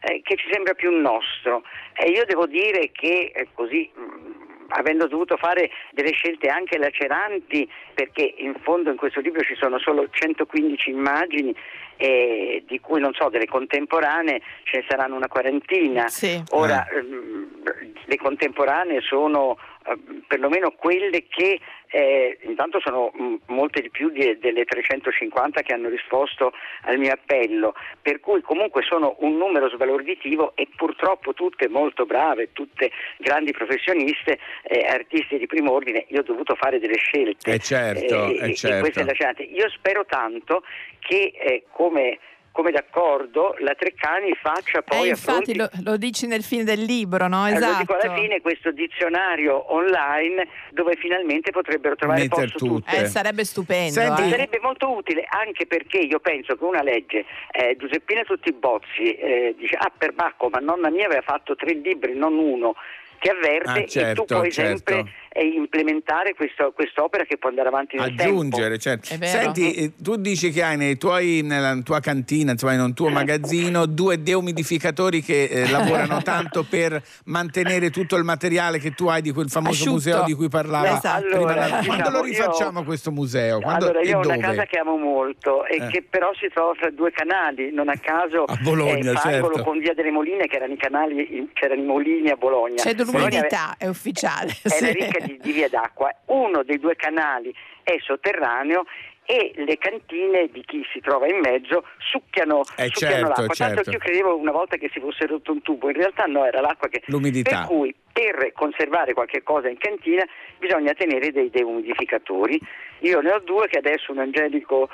nostro. E io devo dire che così, avendo dovuto fare delle scelte anche laceranti, perché in fondo in questo libro ci sono solo 115 immagini, di cui non so, delle contemporanee ce ne saranno una quarantina. Sì. Ora le contemporanee sono perlomeno quelle che intanto sono molte di più delle 350 che hanno risposto al mio appello, per cui comunque sono un numero sbalorditivo e purtroppo tutte molto brave, tutte grandi professioniste, artisti di primo ordine. Io ho dovuto fare delle scelte, certo. Queste lasciate. Io spero tanto che come d'accordo la Treccani faccia poi infatti lo dici nel fine del libro, no? Esatto. Lo dico alla fine, questo dizionario online dove finalmente potrebbero trovare posto tutte. Sarebbe stupendo. Sarebbe molto utile, anche perché io penso che una legge, Giuseppina Tuttibozzi dice per Bacco, ma nonna mia aveva fatto 3 libri, non uno, ti avverte, e tu puoi sempre implementare quest'opera che può andare avanti nel aggiungere, tempo. Certo. Senti, tu dici che hai nella tua cantina, insomma in un tuo magazzino, 2 deumidificatori che lavorano tanto per mantenere tutto il materiale che tu hai di quel famoso museo di cui parlava prima. Quando lo rifacciamo questo museo? Io ho una casa che amo molto e che però si trova fra 2 canali, non a caso a Bologna, Fangolo con Via delle Moline, che erano i canali, c'erano i mulini a Bologna. C'è l'umidità, è ufficiale. Era ricca di vie d'acqua. Uno dei 2 canali è sotterraneo e le cantine di chi si trova in mezzo succhiano l'acqua. Tanto che io credevo una volta che si fosse rotto un tubo, in realtà no, era l'acqua che... L'umidità. Per cui per conservare qualche cosa in cantina bisogna tenere dei deumidificatori. Io ne ho 2 che adesso un angelico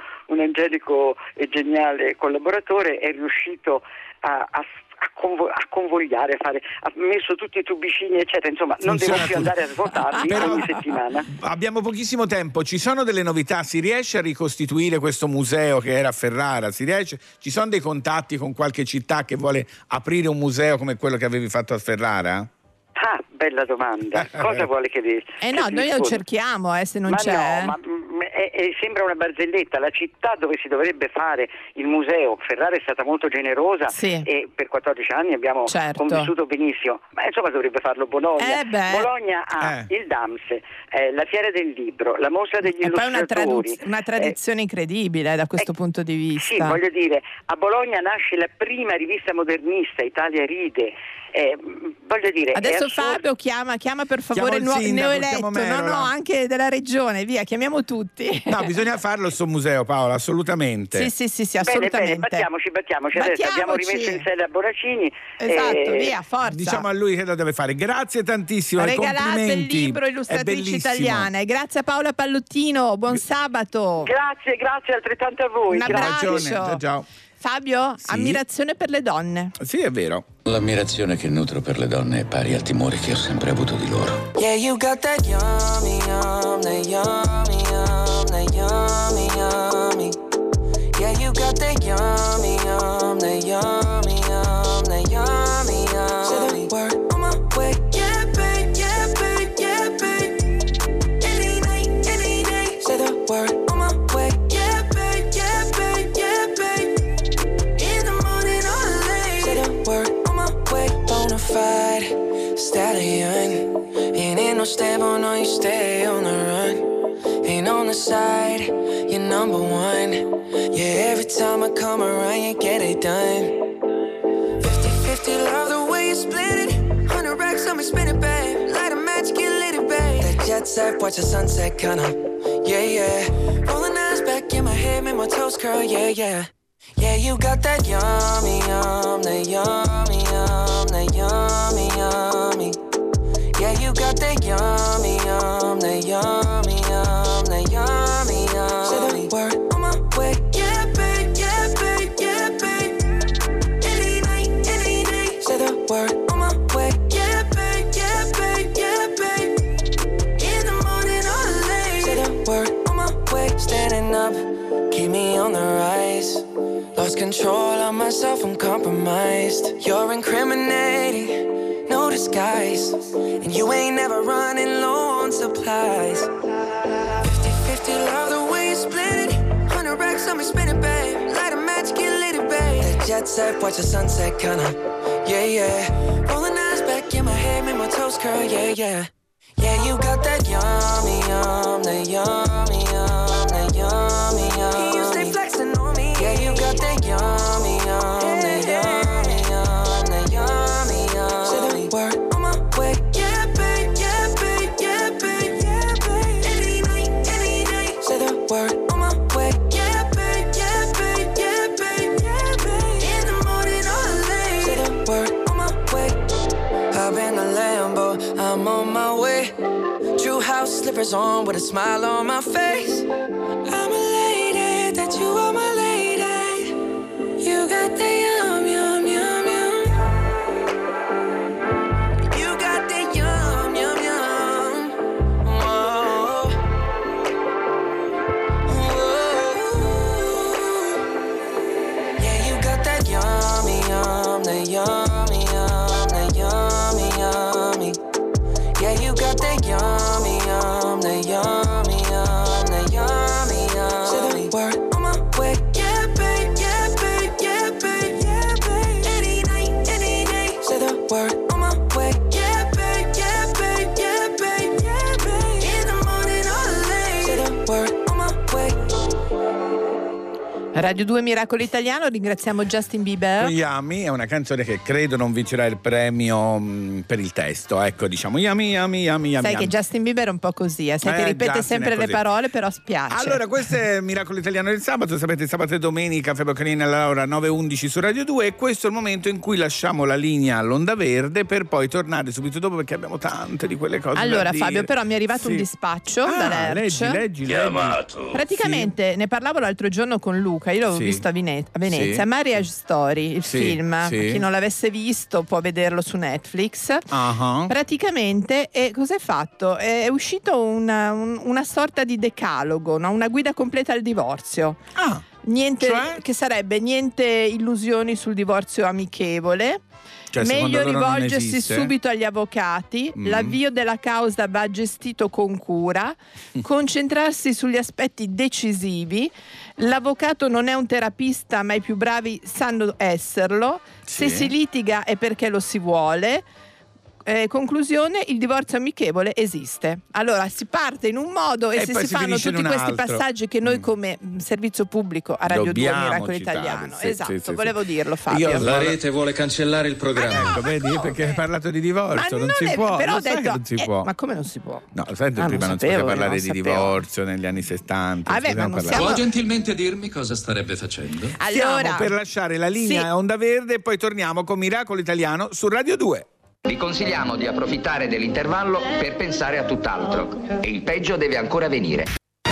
e geniale collaboratore è riuscito a convogliare, ha messo tutti i tubicini eccetera, insomma non devo più andare a svuotarli ogni settimana. Abbiamo pochissimo tempo, ci sono delle novità? Si riesce a ricostituire questo museo che era a Ferrara? Ci sono dei contatti con qualche città che vuole aprire un museo come quello che avevi fatto a Ferrara? Bella domanda. Cosa vuole che no, noi lo cerchiamo, se non c'è. No, sembra una barzelletta. La città dove si dovrebbe fare il museo, Ferrara è stata molto generosa e per 14 anni abbiamo convissuto benissimo, ma insomma dovrebbe farlo Bologna. Bologna ha il DAMS, la Fiera del Libro, la Mostra degli Illustratori. Poi una tradizione incredibile da questo punto di vista. Sì, voglio dire, a Bologna nasce la prima rivista modernista, Italia Ride. Voglio dire, adesso Fabio chiama per favore il neoeletto, anche della regione, via, chiamiamo tutti. No, bisogna farlo sto museo, Paola, assolutamente. Sì, assolutamente. Bene, battiamoci. Adesso abbiamo rimesso in sella Bonaccini. Esatto, via, forza. Diciamo a lui che lo deve fare. Grazie tantissimo. Regalate il libro Illustratrici Italiane. Grazie a Paola Pallottino, buon sabato. Grazie altrettanto a voi. Un abbraccio. Ciao. Fabio, ammirazione per le donne. Sì, è vero. L'ammirazione che nutro per le donne è pari al timore che ho sempre avuto di loro. Yeah, you got that yummy, that yummy, that yummy, yummy. Yeah, you got that yummy, that yummy, that yummy, yummy. Say the word on my way. Yeah, babe, yeah, babe, yeah, babe. Any night, any day. Say the word on my way. Yeah, babe, yeah, babe, yeah, babe. In the morning or late. Say the word on my way. Bonafide stallion. And ain't no stable, no, you stay on the run. Ain't on the side, you're number one. Yeah, every time I come around, you get it done. 50-50, love the way you split it. 100 racks on me, spin it, babe. Light a match, get lit, babe. jet set, watch the sunset, kinda. Yeah, yeah. Rolling eyes back in my head, make my toes curl, yeah, yeah. Yeah, you got that yummy, yum, that yummy, yum, that yummy, yummy. Yeah, you got that yummy, yum, that yummy, yum, that yummy, yum. Say the word on my way, yeah, babe, yeah, babe, yeah, babe. Any night, any day. Say the word on my way, yeah, babe, yeah, babe, yeah, babe. In the morning or late. Say the word on my way, standing up, keep me on the rise. Lost control of myself, I'm compromised. You're incriminating, no disguise. And you ain't never running low on supplies. 50-50, love the way you split it. 100 racks on me, spin it, babe. Light a match, get lit, babe. That jet set, watch the sunset, kinda. Yeah, yeah. Rolling eyes back in my head, make my toes curl, yeah, yeah. Yeah, you got that yummy, yum, that yummy, yum, that yummy, yum. You stay flexing on me. Yeah, you got that yummy, yum, that yummy, yum, that yummy, yum. Say the word on my way, yeah, babe, yeah, babe, yeah, babe, yeah, babe. Any night, any day. Say the word on my way, yeah, babe, yeah, babe, yeah, babe, yeah, babe. In the morning or late. Say the word on my way. Hop in the Lambo, I'm on my way. True house slippers on with a smile on my face. I'm elated that you are my lady. You got the yum, yum, yum, yum. You got the yum, yum, yum. Whoa. Whoa. Yeah, you got that yummy, yum, that yummy, yum, that yummy, yummy. Yeah, you got that yummy, yum, that yummy, yum, that yummy, yum. Say the word on my way, yeah, babe, yeah, babe, yeah, babe, yeah, babe. Any night, any day. Say the word on my way, yeah, babe, yeah, babe, yeah, babe, yeah, babe. In the morning or late. Say the word on my way. Radio 2 Miracolo Italiano, ringraziamo Justin Bieber. Yummy è una canzone che credo non vincerà il premio per il testo, ecco, diciamo yummy, yummy, yummy, yummy. Sai che Justin Bieber è un po' così, ti ripete Justin sempre le parole, però spiace. Allora, questo è Miracolo Italiano del sabato, sapete, sabato e domenica, Fabio Canini alla ora 9:11 su Radio 2, e questo è il momento in cui lasciamo la linea all'Onda Verde per poi tornare subito dopo, perché abbiamo tante di quelle cose allora, da dire. Fabio, però mi è arrivato un dispaccio da Lerch. Leggi. Praticamente ne parlavo l'altro giorno con Luca, io l'avevo visto a Venezia, Marriage Story, il film, chi non l'avesse visto può vederlo su Netflix. Praticamente cos'è fatto? È uscito una sorta di decalogo, no? Una guida completa al divorzio. Niente, che sarebbe niente illusioni sul divorzio amichevole. Cioè, meglio rivolgersi subito agli avvocati, l'avvio della causa va gestito con cura, concentrarsi sugli aspetti decisivi, l'avvocato non è un terapista ma i più bravi sanno esserlo, se si litiga è perché lo si vuole. Conclusione, il divorzio amichevole esiste. Allora si parte in un modo e se si fanno tutti questi passaggi che noi come servizio pubblico a Radio 2 Miracolo Italiano volevo dirlo, Fabio. La rete vuole cancellare il programma. Ecco, vedi, perché hai parlato di divorzio, non si può. Però ho detto, non si può. Ma come non si può? No, prima non si poteva parlare di divorzio negli anni 60. Può gentilmente dirmi cosa starebbe facendo? Stiamo per lasciare la linea a Onda Verde e poi torniamo con Miracolo Italiano su Radio 2. Vi consigliamo di approfittare dell'intervallo per pensare a tutt'altro. E il peggio deve ancora venire.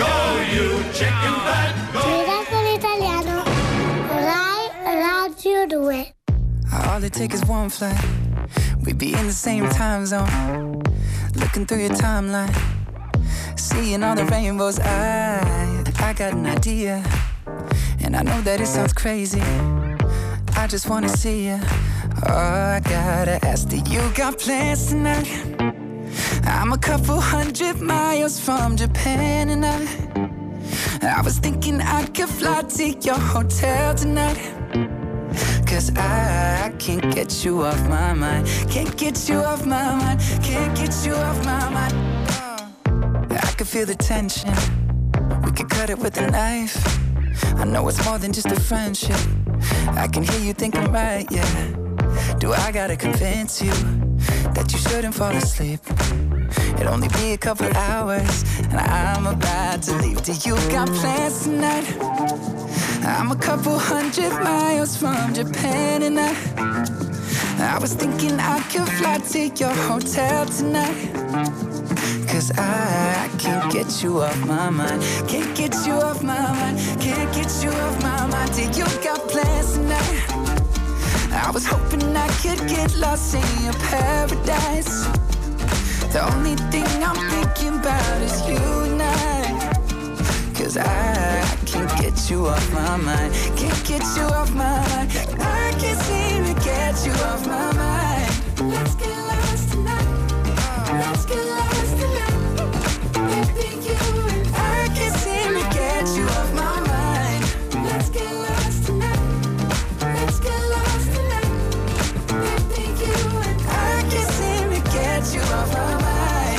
Miracolo Italiano, Rai Radio 2. All it takes is one flight. We'd be in the same time zone. Looking through your timeline. Seeing all the rainbows. I got an idea. And I know that it sounds crazy. I just wanna see you. Oh, I gotta ask, do you got plans tonight? I'm a couple 100 miles from Japan and I was thinking I could fly to your hotel tonight. Cause I can't get you off my mind. Can't get you off my mind. Can't get you off my mind. I can feel the tension. We could cut it with a knife. I know it's more than just a friendship. I can hear you thinking right, yeah. Do I gotta convince you that you shouldn't fall asleep It'll only be a couple hours, and I'm about to leave. Do you got plans tonight? I'm a couple 100 miles from Japan, and I was thinking I could fly to your hotel tonight. 'Cause I can't get you off my mind. Can't get you off my mind. Can't get you off my mind. Do you got plans tonight? I was hoping I could get lost in your paradise. The only thing I'm thinking about is you and I. 'Cause I can't get you off my mind. Can't get you off my mind. I can't seem to get you off my mind. Let's get lost tonight. Let's get lost tonight. Baby, you and I can't seem to get you off my mind. Let's get lost tonight. Let's get lost tonight. Baby, you and I can't seem to get you off my mind.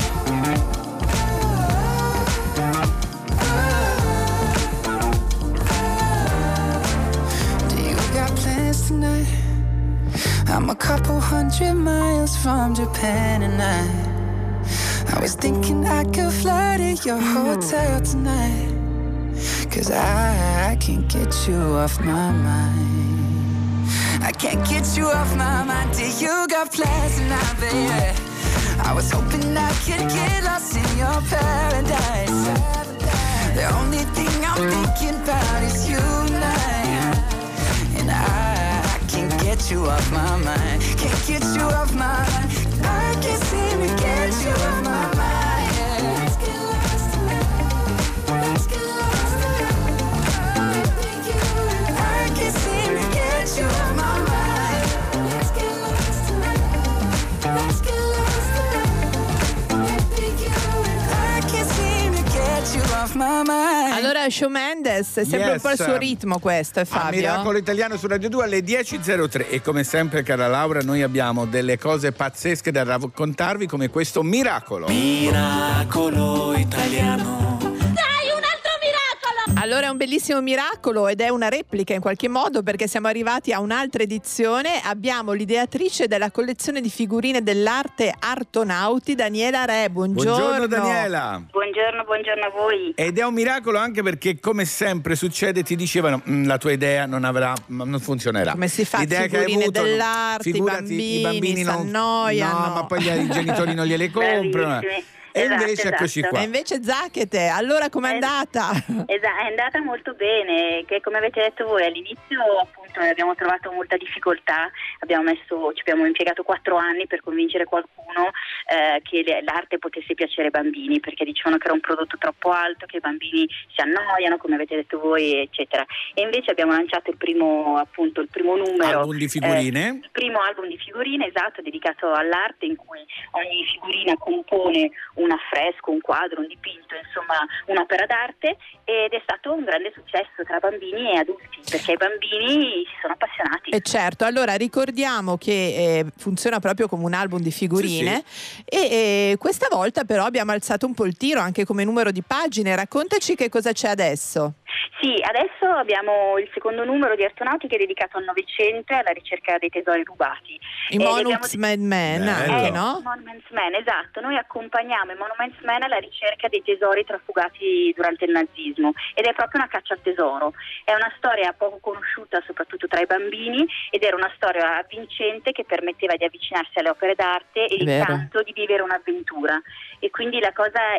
Tonight. I'm a couple 100 miles from Japan, and I was thinking I could fly to your hotel tonight. 'Cause I can't get you off my mind. I can't get you off my mind. Do you got plans tonight, baby? I was hoping I could get lost in your paradise. The only thing I'm thinking about is you and I can't get you off my mind. Can't get you off my mind. I can't seem to get you off my mind. Let's get lost tonight. Let's get lost tonight. I can't seem to get you off my mind. Let's get lost tonight. Let's get lost tonight. I can't seem to get you off my mind. Allora Shawn Mendes, è sempre un po' il suo ritmo questo, è Fabio. Miracolo Italiano su Radio 2 alle 10.03 e come sempre, cara Laura, noi abbiamo delle cose pazzesche da raccontarvi come questo miracolo. Miracolo Italiano. Allora è un bellissimo miracolo ed è una replica in qualche modo, perché siamo arrivati a un'altra edizione. Abbiamo l'ideatrice della collezione di figurine dell'arte Artonauti, Daniela Re. Buongiorno. Buongiorno Daniela. Buongiorno a voi. Ed è un miracolo anche perché, come sempre succede, ti dicevano la tua idea non funzionerà. Come si fa? L'idea figurine che hai avuto, dell'arte, i bambini si annoiano. No, ma poi i genitori non gliele comprano. E invece eccoci qua. E invece Zacchete, allora com'è andata? È andata molto bene, che come avete detto voi all'inizio appunto abbiamo trovato molta difficoltà, ci abbiamo impiegato 4 anni per convincere qualcuno che l'arte potesse piacere ai bambini, perché dicevano che era un prodotto troppo alto, che i bambini si annoiano, come avete detto voi, eccetera. E invece abbiamo lanciato il primo numero. Album di figurine? Il primo album di figurine, esatto, dedicato all'arte, in cui ogni figurina compone un affresco, un quadro, un dipinto, insomma un'opera d'arte, ed è stato un grande successo tra bambini e adulti, perché i bambini si sono appassionati. E certo, allora ricordiamo che funziona proprio come un album di figurine, sì. E questa volta però abbiamo alzato un po' il tiro anche come numero di pagine. Raccontaci che cosa c'è adesso. Sì, adesso abbiamo il secondo numero di Artonauti, che è dedicato al Novecento e alla ricerca dei tesori rubati. I Monuments Men anche, no? Monuments Men, esatto. Noi accompagniamo i Monuments Men alla ricerca dei tesori trafugati durante il nazismo, ed è proprio una caccia al tesoro. È una storia poco conosciuta soprattutto tra i bambini, ed era una storia vincente che permetteva di avvicinarsi alle opere d'arte e intanto di vivere un'avventura. E quindi la cosa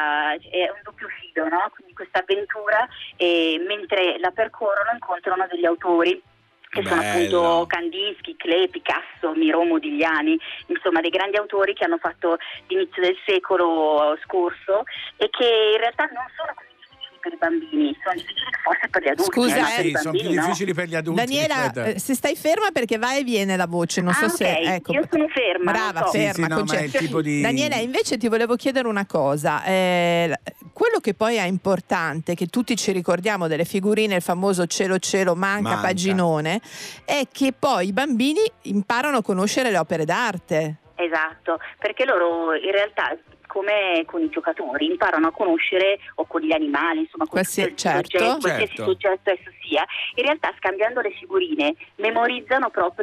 è un doppio filo, no? Quindi questa avventura, e mentre la percorrono incontrano degli autori che sono appunto Kandinsky, Klee, Picasso, Miro, Modigliani, insomma dei grandi autori che hanno fatto l'inizio del secolo scorso e che in realtà non sono così difficili per i bambini, sono difficili forse per gli adulti. Scusa, per i bambini, sono più difficili per gli adulti. Daniela, se stai ferma perché va e viene la voce, non so se... Ecco. Io sono ferma. Brava, ferma. Sì, no, ma è il tipo di... Daniela, invece ti volevo chiedere una cosa. Quello che poi è importante, che tutti ci ricordiamo delle figurine, il famoso cielo manca paginone, è che poi i bambini imparano a conoscere le opere d'arte. Esatto, perché loro in realtà, come con i giocatori, imparano a conoscere, o con gli animali, insomma qualsiasi soggetto esso sia, in realtà scambiando le figurine memorizzano proprio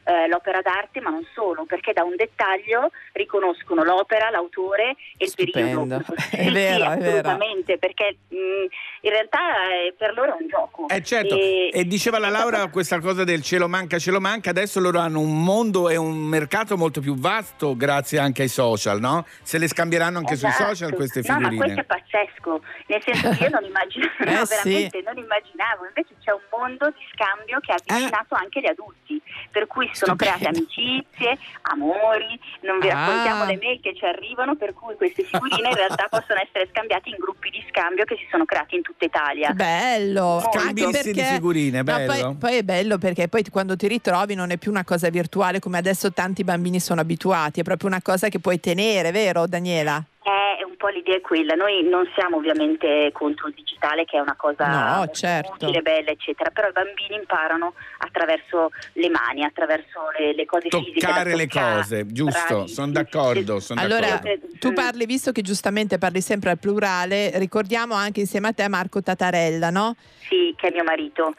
l'opera d'arte, ma non solo, perché da un dettaglio riconoscono l'opera, l'autore e il periodo. È vero, assolutamente, perché in realtà per loro è un gioco. Certo, e diceva la Laura questa cosa del ce lo manca, adesso loro hanno un mondo e un mercato molto più vasto grazie anche ai social, no? Se le scambieranno anche sui social queste figurine. No, ma questo è pazzesco, nel senso che io non immaginavo, veramente non immaginavo, invece c'è un mondo di scambio che ha avvicinato anche gli adulti, per cui sono create amicizie, amori, non vi raccontiamo le mail che ci arrivano, per cui queste figurine in realtà possono essere scambiate in gruppi di scambio che si sono creati in tutta Italia. Bello, anche perché di figurine, bello. No, poi è bello perché poi quando ti ritrovi non è più una cosa virtuale come adesso tanti bambini sono abituati, è proprio una cosa che puoi tenere, vero Daniela? Un po' l'idea è quella, noi non siamo ovviamente contro il digitale, che è una cosa utile, bella eccetera, però i bambini imparano attraverso le mani, attraverso le cose fisiche, toccare le cose, giusto, sono d'accordo. Allora tu parli, visto che giustamente parli sempre al plurale, ricordiamo anche insieme a te Marco Tatarella, no? Sì, che è mio marito.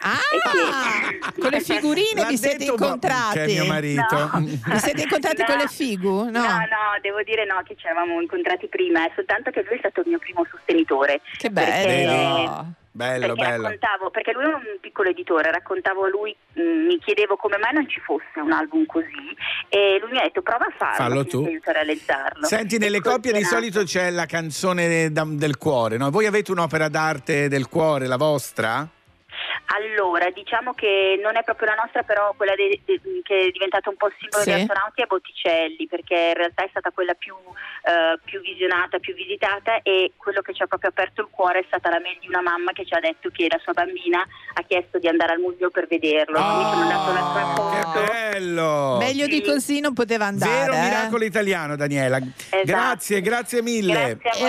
Con le figurine vi siete incontrati? Che è mio marito. Vi siete incontrati con le figu? No, devo dire che ci eravamo incontrati prima, soltanto che lui è stato il mio primo sostenitore. Che bello! Bello. Raccontavo, perché lui è un piccolo editore, raccontavo a lui, mi chiedevo come mai non ci fosse un album così, e lui mi ha detto prova a farlo tu, aiuto a realizzarlo. Senti, nelle coppie di solito c'è la canzone del cuore, no? Voi avete un'opera d'arte del cuore, la vostra? Allora, diciamo che non è proprio la nostra, però quella che è diventata un po' il simbolo di Artonauti è Botticelli, perché in realtà è stata quella più visionata, più visitata, e quello che ci ha proprio aperto il cuore è stata la mail di una mamma che ci ha detto che la sua bambina ha chiesto di andare al museo per vederlo. Quindi ci ha mandato una sua foto. Che bello! Meglio di così non poteva andare. Vero miracolo italiano, Daniela. Esatto. Grazie mille. E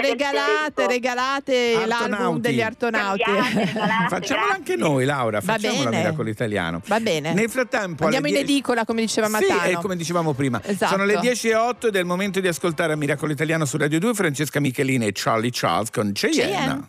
regalate l'album degli Artonauti. Facciamolo anche noi, Laura, facciamo la Miracolo Italiano. Va bene. Nel frattempo andiamo in edicola, come diceva Matano. Sì, e come dicevamo prima. Esatto. Sono le 10:08 ed è il momento di ascoltare a Miracolo Italiano su Radio 2, Francesca Michelini e Charlie Charles con Cheyenne.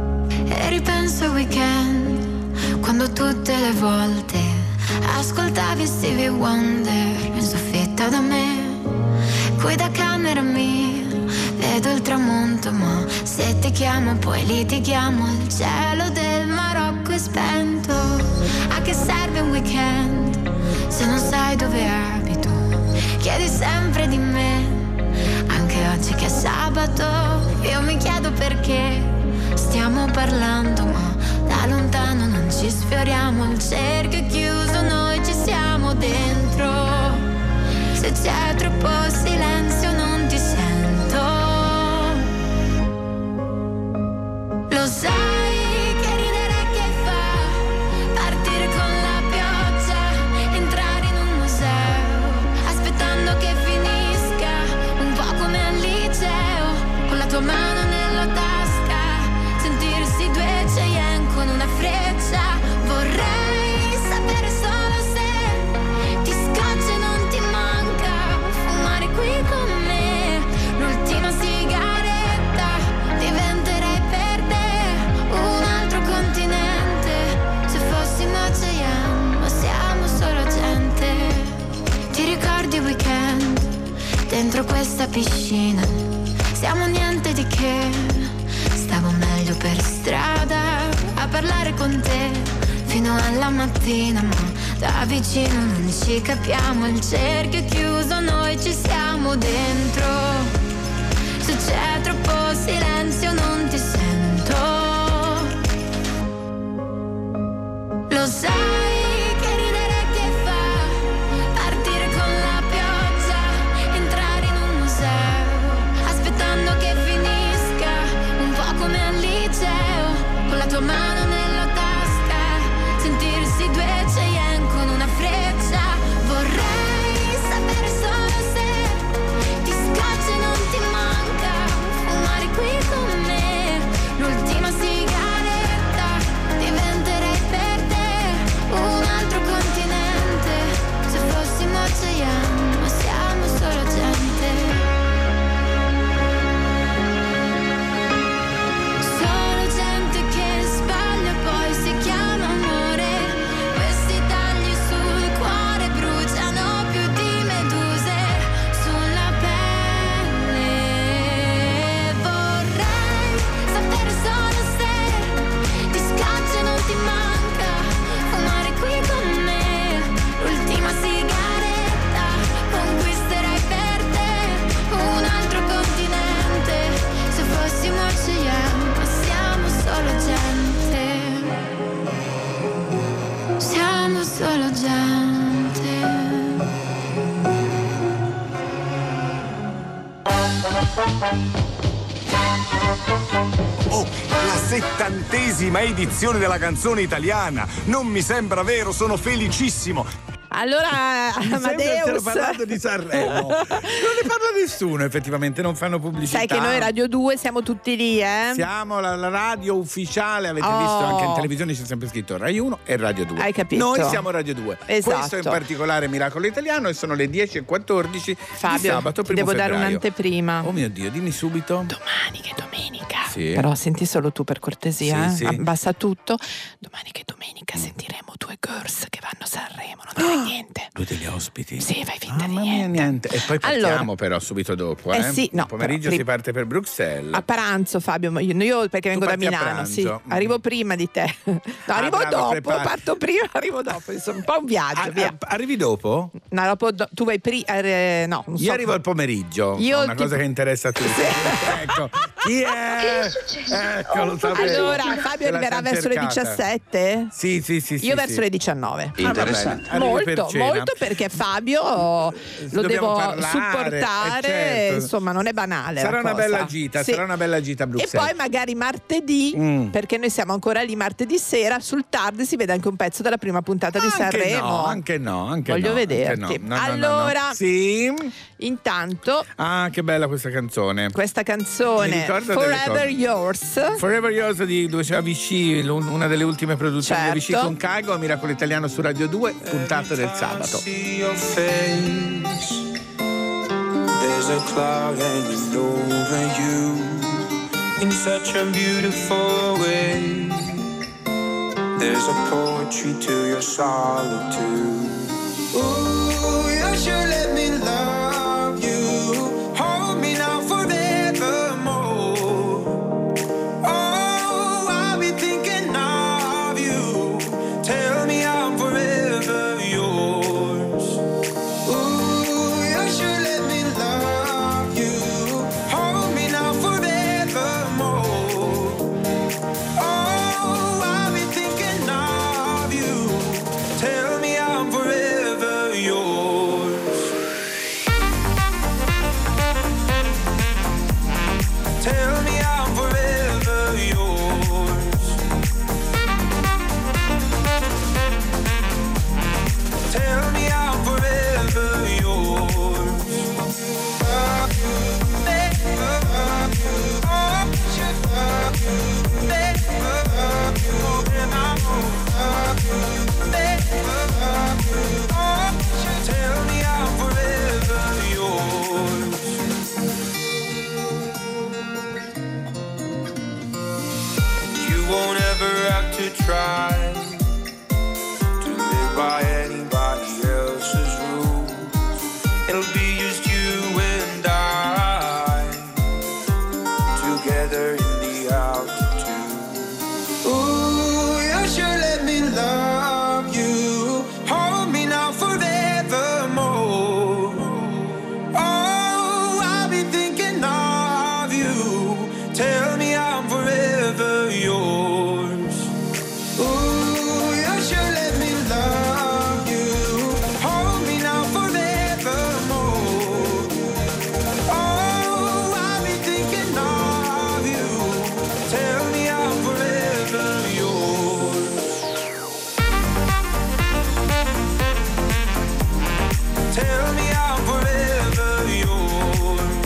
E ripenso al weekend, quando tutte le volte ascoltavi Stevie Wonder in soffitta da me, qui da camera mia vedo il tramonto, ma se ti chiamo poi litighiamo, il cielo del Marocco è spento. A che serve un weekend se non sai dove abito? Chiedi sempre di me, anche oggi che è sabato. Io mi chiedo perché stiamo parlando, ma da lontano non ci sfioriamo. Il cerchio è chiuso, noi ci siamo dentro. Se c'è troppo silenzio non ti sento. Lo sai che ridere che fa partire con la pioggia, entrare in un museo, aspettando che finisca, un po' come al liceo, con la tua mano nella tasca, sentirsi due Cheyenne con una freccia. Vorrei sapere solo se ti scoccia e non ti manca fumare qui con me l'ultima sigaretta. Diventerei per te un altro continente, se fossimo Cheyenne, ma siamo solo gente. Ti ricordi il weekend dentro questa piscina? Siamo niente di che, stavo meglio per strada a parlare con te fino alla mattina, ma da vicino non ci capiamo. Il cerchio è chiuso, noi ci siamo dentro. Se c'è troppo silenzio non ti sento. Lo sai che ridere che fa partire con la pioggia, entrare in un museo, aspettando che finisca, un po' come al liceo, con la tua mano nella tasca, sentirsi due Cheyenne con una freccia. Vorrei sapere solo se ti scoccia e non ti manca fumare qui Oh, la 70ª edizione della canzone italiana. Non mi sembra vero, sono felicissimo. Allora, Amadeus, stiamo parlando di Sanremo. Non ne parla nessuno, effettivamente, non fanno pubblicità. Sai che noi Radio 2 siamo tutti lì, eh? Siamo la radio ufficiale, avete visto anche in televisione c'è sempre scritto Rai 1 e Radio 2. Hai capito? Noi siamo Radio 2. Esatto. Questo in particolare Miracolo Italiano e sono le 10:14 Fabio, di sabato, ti devo febbraio. dare un'anteprima. Oh mio Dio, dimmi subito. Domani che domenica. Sì. Però senti solo tu per cortesia, Sì, sì. Basta tutto. Domani che domenica sentiremo 2 girls che vanno a Sanremo, non dire niente. Tu degli ospiti? Sì, fai finta di niente. E poi partiamo allora, però subito dopo, sì, no, il pomeriggio però, si parte per Bruxelles. A pranzo, Fabio, io perché vengo da parti a Milano, pranzo? sì, arrivo prima di te. No, arrivo brava, dopo, prepara. parto prima, arrivo dopo, insomma, un po' un viaggio, via. Arrivi dopo? No, dopo tu vai prima, no, non so. Io arrivo al pomeriggio, una cosa che interessa a tutti. Ecco, chi è? Ecco, lo sapevo. Allora, Fabio arriverà verso le 17? Sì. Io verso le 19. Interessante. Molto perché Fabio lo Dobbiamo devo parlare, supportare, certo. Insomma, non è banale. Sarà la una cosa. bella gita, Sì. sarà una bella gita a E Bruxelles. poi magari martedì, perché noi siamo ancora lì martedì sera, sul Tardi si vede anche un pezzo della prima puntata di Sanremo. Anche no. Voglio vederti. No. Allora, Sì. Intanto, che bella questa canzone. Questa canzone, Mi ricordo delle Forever cose. Yours. Forever Yours dove c'era Vichy, una delle ultime produzioni di Vichy con Caigo, Miracolo Italiano su Radio 2, puntata del sabato. There's a cloud hanging over you in such a beautiful way. There's a poetry to your solitude. Ooh, you should let me love you. Hold me now forevermore. Oh, I'll be thinking of you. Tell me I'm forever yours. Ooh, you should let me love you. Hold me now forevermore. Oh, I'll be thinking of you. Tell me I'm forever yours. Tell me I'm forever yours. Tell me I'm forever yours. Love you, love you, oh, should love you, love you, and I won't love you, love you, oh, should tell me I'm forever yours. You won't ever have to try to live by anybody else's rules. It'll be just you and I together in the altitude. Ooh, you should let me love you. Hold me now forevermore. Oh, I'll be thinking of you. Tell me I'm forever yours. Ooh, you should let me love you. Hold me now forevermore. Oh, I'll be thinking of you. Tell me I'm forever yours. Tell me I'm forever yours.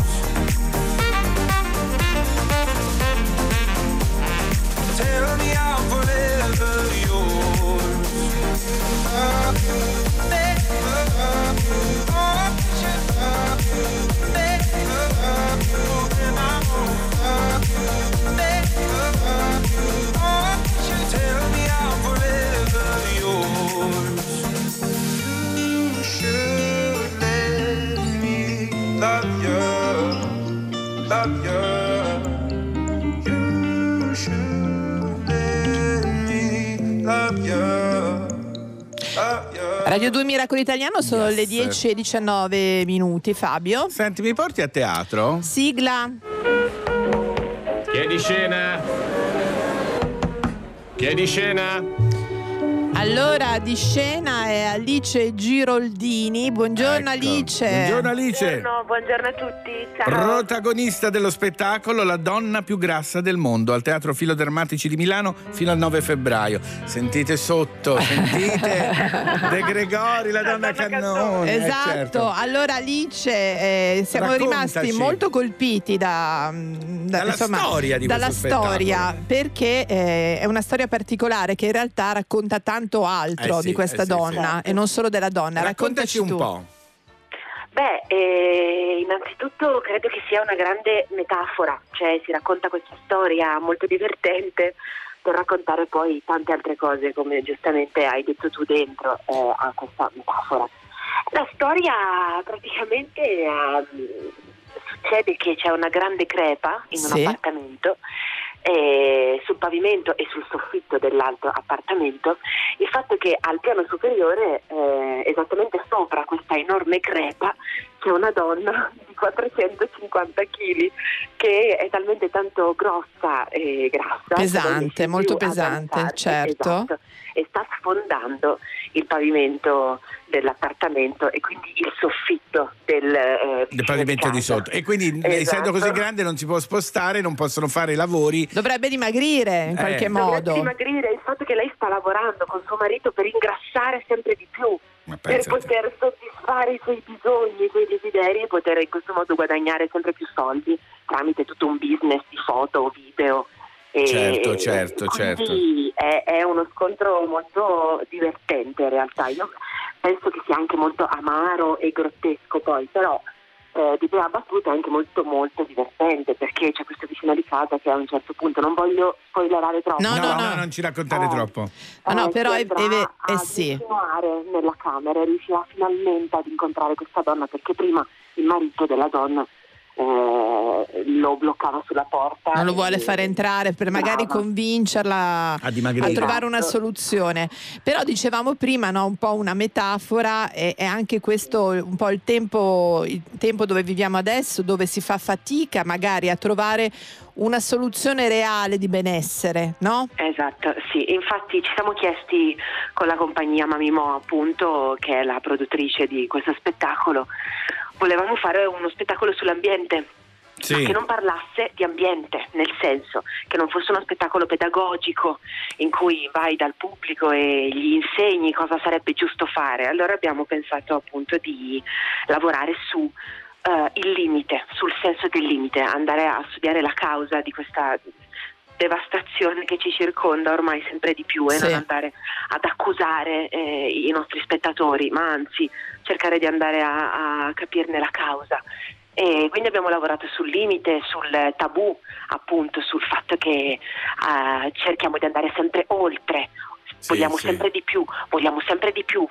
Tell me I'm forever yours. Love you, love you, oh, should love you, love you, and I won't love you, love you, oh, should tell me I'm forever yours. You should let me love you, love you. You should let me love you, love you. Radio 2 Miracolo Italiano, sono le 10:19 minuti, Fabio. Senti, mi porti a teatro? Sigla. Chiedi scena. Chiedi scena. Allora di scena è Alice Giroldini. Buongiorno, ecco. Alice. Buongiorno Alice. Buongiorno a tutti. Ciao. Protagonista dello spettacolo La donna più grassa del mondo al Teatro Filodrammatici di Milano fino al 9 febbraio. Sentite sotto, sentite De Gregori, la donna cannone. Esatto. Certo. Allora Alice, siamo Raccontaci. rimasti molto colpiti dalla storia di dalla questo storia, spettacolo. perché è una storia particolare che in realtà racconta tanto altro di questa donna e non solo della donna. Raccontaci un po'. Innanzitutto credo che sia una grande metafora, cioè si racconta questa storia molto divertente per raccontare poi tante altre cose, come giustamente hai detto tu dentro a questa metafora. La storia praticamente succede che c'è una grande crepa in un appartamento, sul pavimento e sul soffitto dell'altro appartamento. Il fatto è che al piano superiore, esattamente sopra questa enorme crepa, c'è una donna di 450 kg che è talmente tanto grossa e grassa, pesante, molto pesante, certo. Esatto, e sta sfondando il pavimento dell'appartamento e quindi il soffitto del pavimento di sotto, e quindi essendo così grande non si può spostare, non possono fare i lavori. Dovrebbe dimagrire in qualche modo. Dovrebbe dimagrire. Il fatto che lei sta lavorando con suo marito per ingrassare sempre di più, per poter soddisfare i suoi bisogni, i suoi desideri e poter in questo modo guadagnare sempre più soldi tramite tutto un business di foto, video. Certo. È uno scontro molto divertente in realtà. Io penso che sia anche molto amaro e grottesco poi, però di prima battuta è anche molto molto divertente, perché c'è questo vicino di casa che a un certo punto, non voglio spoilerare troppo, No, non ci raccontare troppo. Però a continuare nella camera e riuscirà finalmente ad incontrare questa donna, perché prima il marito della donna lo bloccava sulla porta, non lo vuole fare entrare per magari convincerla a trovare una soluzione. Però dicevamo prima, no, un po' una metafora, è anche questo un po' il tempo dove viviamo adesso, dove si fa fatica magari a trovare una soluzione reale di benessere, no? Esatto, sì. Infatti ci siamo chiesti con la compagnia Mamimo, appunto, che è la produttrice di questo spettacolo, volevamo fare uno spettacolo sull'ambiente, ma che non parlasse di ambiente, nel senso che non fosse uno spettacolo pedagogico in cui vai dal pubblico e gli insegni cosa sarebbe giusto fare. Allora abbiamo pensato appunto di lavorare su il limite, sul senso del limite, andare a studiare la causa di questa devastazione che ci circonda ormai sempre di più, e non andare ad accusare i nostri spettatori, ma anzi cercare di andare a capirne la causa. E quindi abbiamo lavorato sul limite, sul tabù, appunto, sul fatto che cerchiamo di andare sempre oltre. Vogliamo sempre di più, vogliamo sempre di più,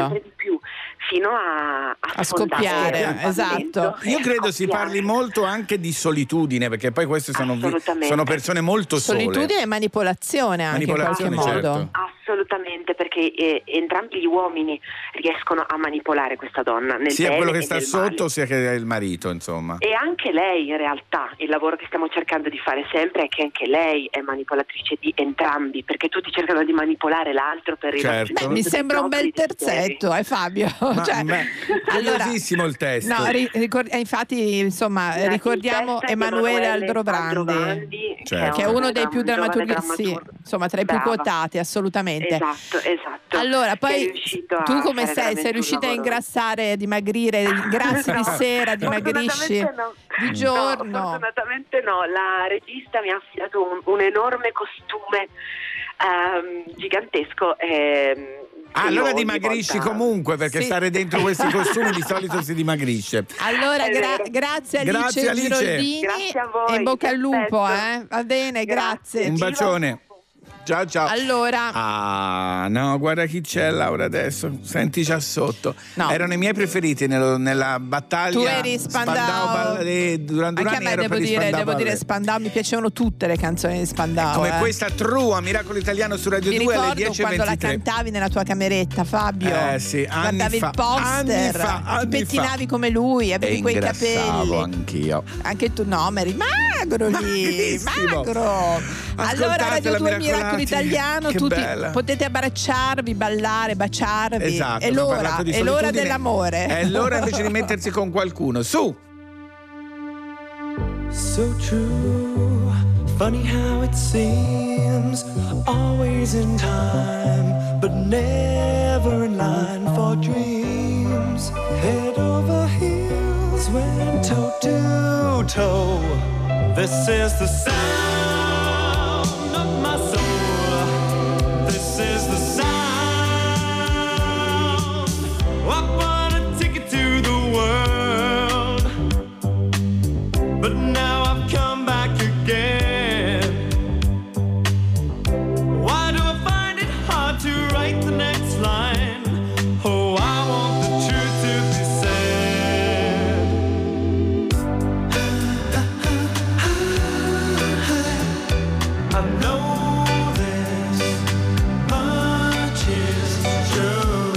fino a scoppiare. Esatto. Io credo si parli molto anche di solitudine, perché poi queste sono persone molto sole. Solitudine e manipolazione anche in qualche modo. Assolutamente, perché entrambi gli uomini riescono a manipolare questa donna, nel sia bene quello che e sta nel sotto male. sia che è il marito, insomma. E anche lei, in realtà, il lavoro che stiamo cercando di fare sempre è che anche lei è manipolatrice di entrambi, perché tutti cercano di manipolare l'altro per Beh, mi sembra un bel terzetto, Fabio. Curiosissimo il testo. No, infatti, insomma, ricordiamo Emanuele Aldrovandi, che è uno dei più drammaturghi, insomma, tra i più quotati, assolutamente. Esatto. Allora, poi tu come sei riuscita a ingrassare, a dimagrire? Ingrassi di sera, dimagrisci di giorno? No, fortunatamente no. La regista mi ha affidato un enorme costume gigantesco. Allora dimagrisci comunque, perché stare dentro questi costumi di solito si dimagrisce. Allora grazie Alice Giroldini, grazie a voi, e in bocca al lupo, va bene, grazie. Un bacione. Ciao. Allora. No, guarda chi c'è, Laura, adesso. Senti già sotto. No. Erano i miei preferiti nella battaglia. Tu eri Spandau. Durante anche a me devo dire Spandau, mi piacevano tutte le canzoni di Spandau. Come questa Trua, Miracolo Italiano su Radio 2 alle 10:23. Quando la cantavi nella tua cameretta, Fabio. Sì, guardavi il poster, ti pettinavi come lui, avevi quei capelli. Anch'io. Anche tu, no, ma eri magro lì. Magro. Allora, Radio 2 Miracolo in italiano, tutti potete abbracciarvi, ballare, baciarvi. Esatto, è l'ora dell'amore. È l'ora invece di mettersi con qualcuno. Su! So true, funny how it seems, always in time, but never in line for dreams. Head over heels, went toe to toe. This is the sound of my soul. This is the sound. I bought a ticket to the world, but now I've come back again. Why do I find it hard to write the next line? Oh, I want the truth to be said. I know this much is true.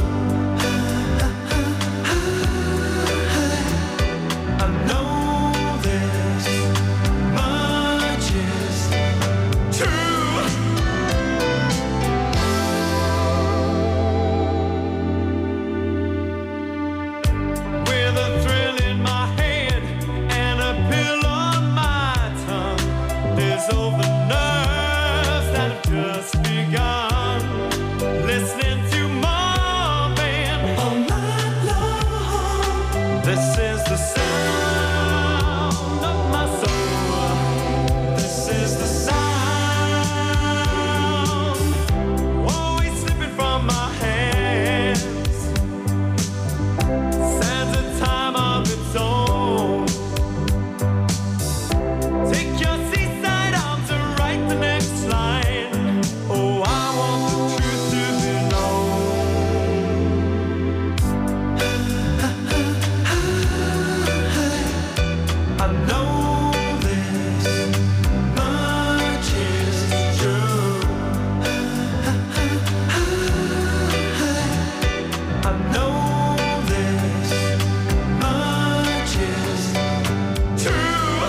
I know this much is true. With a thrill in my head and a pill on my tongue, there's over nerves that have just begun. Listening to Marvin all night long. This is the sound of my soul. This is the sound, always slipping from my hands. Stands a time of its own. Take your seaside arms to write the next line. Oh, I want the truth to be known. I know this much is true. I know this much is true.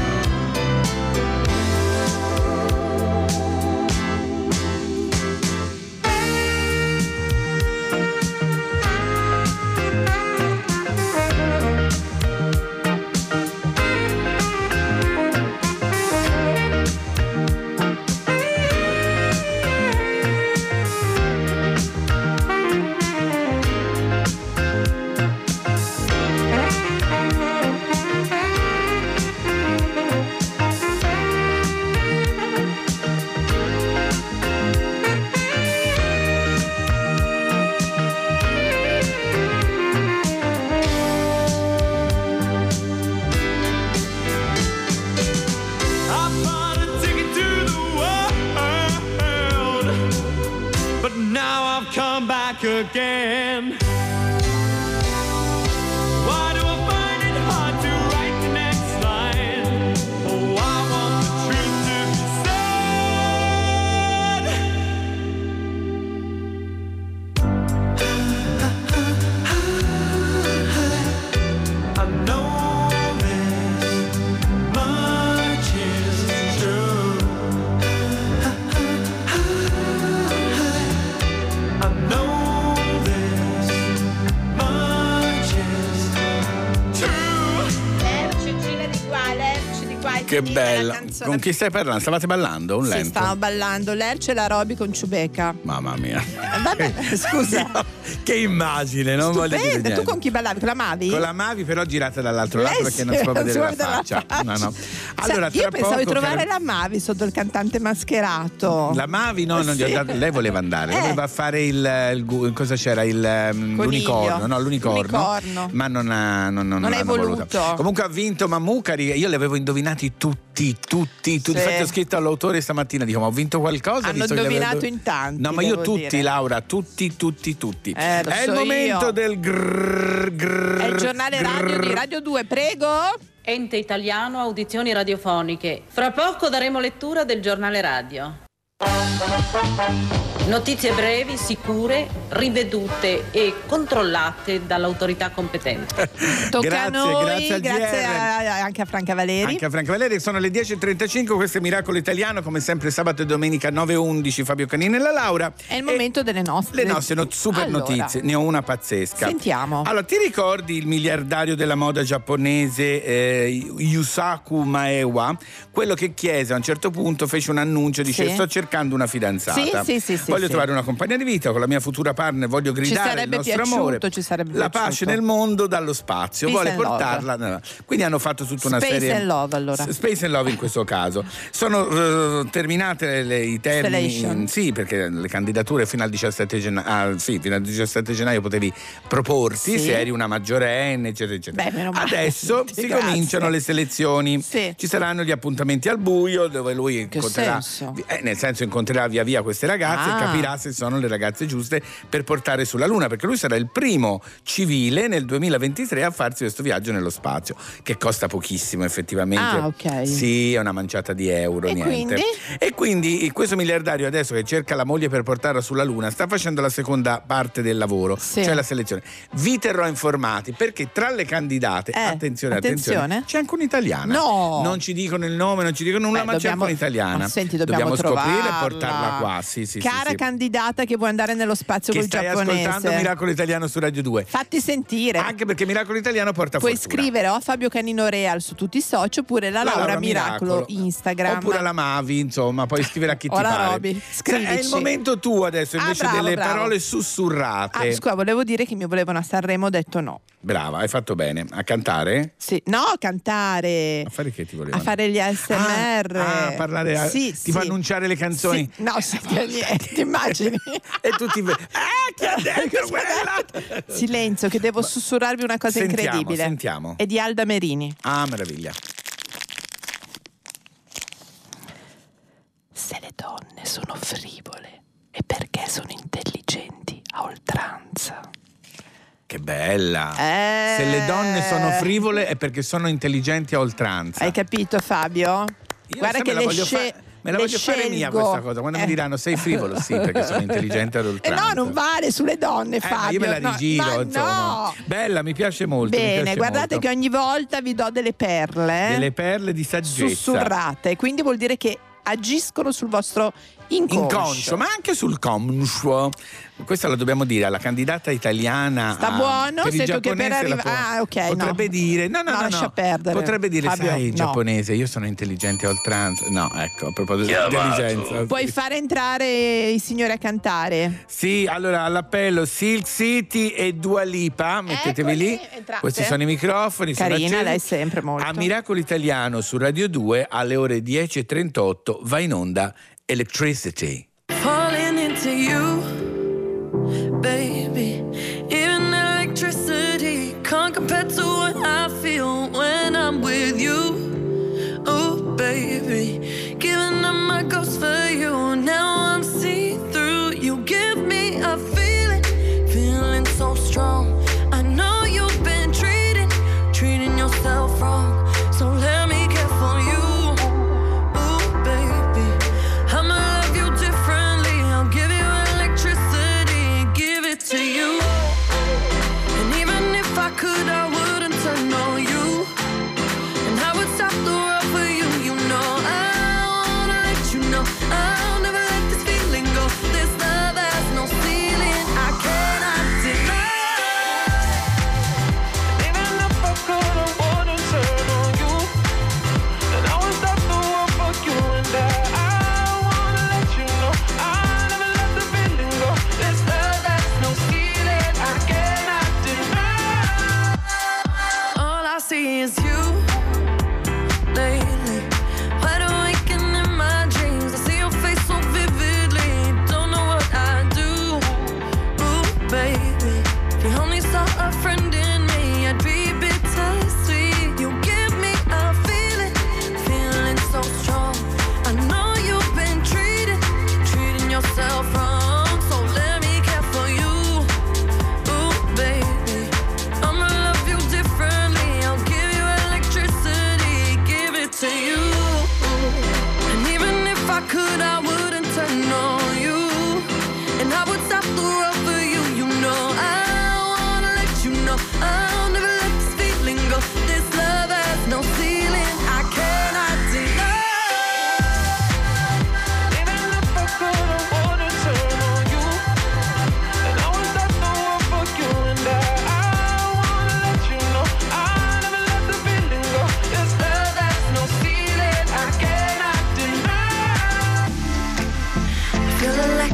I bought a ticket to the world, but now I've come back again. Why do I find it hard to write the next line? Oh, I want the truth to be said. I know this much is true. I know this much is true. Lerce, gira di qua, Lerce di qua. Che bella. Con chi stai parlando? Stavate ballando? Un lento? Sì, stavo ballando Lerce e la Roby con Ciubeca. Mamma mia. Vabbè, scusa. Che immagine, non voglio dire Stupenda. niente. Tu con chi ballavi? Con la Mavi? Con la Mavi, però girata dall'altro lato perché non si può vedere la faccia. No, no. Allora, io pensavo di trovare cara... la Mavi sotto il cantante mascherato. La Mavi no, non gli ho dato, lei voleva andare, voleva fare il cosa c'era? L'unicorno, no, l'unicorno. Ma non hai voluto. Comunque ha vinto Mammucari, io li avevo indovinati tutti. Infatti ho scritto all'autore stamattina, dico, ma ho vinto qualcosa? Hanno indovinato in tanti. No, ma io tutti, dire. Laura, tutti. È il momento del È il giornale radio di Radio 2, prego. Ente italiano audizioni radiofoniche. Fra poco daremo lettura del giornale radio. Notizie brevi, sicure, rivedute e controllate dall'autorità competente. Tocca a noi, grazie anche a Franca Valeri. Anche a Franca Valeri, sono le 10.35, questo è Miracolo Italiano, come sempre sabato e domenica 9.11, Fabio Canini e la Laura. È il momento delle nostre. Le nostre super notizie, ne ho una pazzesca. Sentiamo. Allora, ti ricordi il miliardario della moda giapponese Yusaku Maewa? Quello che chiese a un certo punto, fece un annuncio, dice sto cercando una fidanzata. Sì, voglio trovare una compagna di vita con la mia futura partner, voglio gridare il nostro amore, la pace nel mondo dallo spazio, vuole portarla. Quindi hanno fatto tutta una serie Space and Love, allora. Space and Love in questo caso. Sono terminate i termini, sì, perché le candidature fino al 17 gennaio, fino al 17 gennaio potevi proporti se eri una maggiorenne, eccetera, eccetera. Adesso si cominciano le selezioni. Ci saranno gli appuntamenti al buio dove lui incontrerà, nel senso incontrerà via via queste ragazze e capirà se sono le ragazze giuste per portare sulla Luna, perché lui sarà il primo civile nel 2023 a farsi questo viaggio nello spazio, che costa pochissimo effettivamente. Sì, è una manciata di euro, niente. E quindi questo miliardario adesso che cerca la moglie per portarla sulla Luna sta facendo la seconda parte del lavoro, cioè la selezione. Vi terrò informati, perché tra le candidate, attenzione, c'è anche un'italiana. No! Non ci dicono il nome, non ci dicono nulla, ma c'è anche un'italiana. Senti, dobbiamo scoprire e portarla qua. Cara candidata che vuoi andare nello spazio col giapponese. Stai ascoltando Miracolo Italiano su Radio 2. Fatti sentire. Anche perché Miracolo Italiano porta Puoi fortuna. scrivere o a Fabio Canino Real su tutti i social, oppure la Laura Miracolo Instagram. Oppure alla Mavi, insomma, puoi scrivere a chi ti o la pare. Roby, scrivici. È il momento tuo adesso, invece delle parole sussurrate. Scusa, volevo dire che mi volevano a Sanremo, ho detto no. Brava, hai fatto bene. A cantare? Sì, no, a cantare. A fare che ti volevano? A fare gli ASMR. A parlare, tipo annunciare le canzoni. Sì. No, niente, ti immagini? E tutti chi ha detto quella? Silenzio, che devo sussurrarvi una cosa incredibile. Sentiamo. È di Alda Merini. Ah, meraviglia. Se le donne sono frivole è perché sono intelligenti a oltranza. Che bella! Se le donne sono frivole è perché sono intelligenti a oltranza. Hai capito, Fabio? Guarda che me la voglio fare mia questa cosa. Quando mi diranno sei frivolo, sì, perché sono intelligente ad oltranza. No, non vale sulle donne, Fabio. Io me la rigiro, insomma. No. Bella, mi piace molto. Bene, guardate che ogni volta vi do delle perle. Delle perle di saggezza. Sussurrate, quindi vuol dire che agiscono sul vostro inconscio, ma anche sul conscio. Questa la dobbiamo dire alla candidata italiana. Sta buono, per sento che per arrivare. Potrebbe dire no, lascia perdere. Potrebbe dire, Fabio, sai, giapponese, io sono intelligente a oltranza. No, ecco, a proposito di intelligenza. Puoi fare entrare i signori a cantare? Sì, allora all'appello Silk City e Dua Lipa, mettetevi lì. Entrate. Questi sono i microfoni. Carina, lei sempre molto. A Miracolo Italiano su Radio 2 alle ore 10.38 va in onda Electricity. Falling into you, baby. Even electricity can't compare to what I feel when I'm with you. Oh, baby, giving up my ghost for you. Now I'm see-through. You give me a feeling so strong. I know you've been treating yourself wrong. So let me care for you. Oh, baby, I'ma love you differently. I'll give you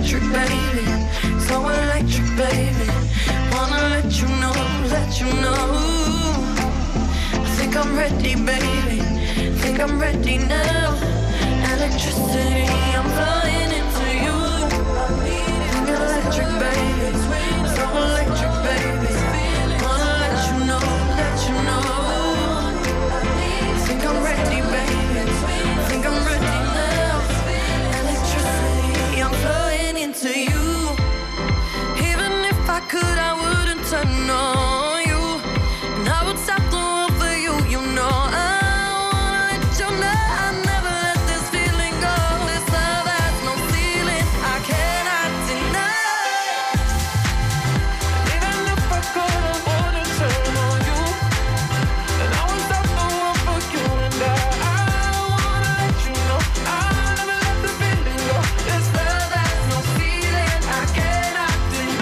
electric, baby. So electric, baby. Wanna let you know, let you know. I think I'm ready, baby. Think I'm ready now. Electricity, I'm flying into you. Think electric, baby. So electric, baby. Wanna let you know, let you know. Think I'm ready, baby. Think I'm ready now. Electricity, I'm flying into you. Even if I could, I wouldn't turn on you. And I would stop the world for you, you know. I wanna let you know I never let this feeling go. This love has no ceiling, I cannot deny. Even if I could, I wouldn't turn on you. And I would stop the world for you and I wanna let you know I never let the feeling go. This love has no ceiling, I cannot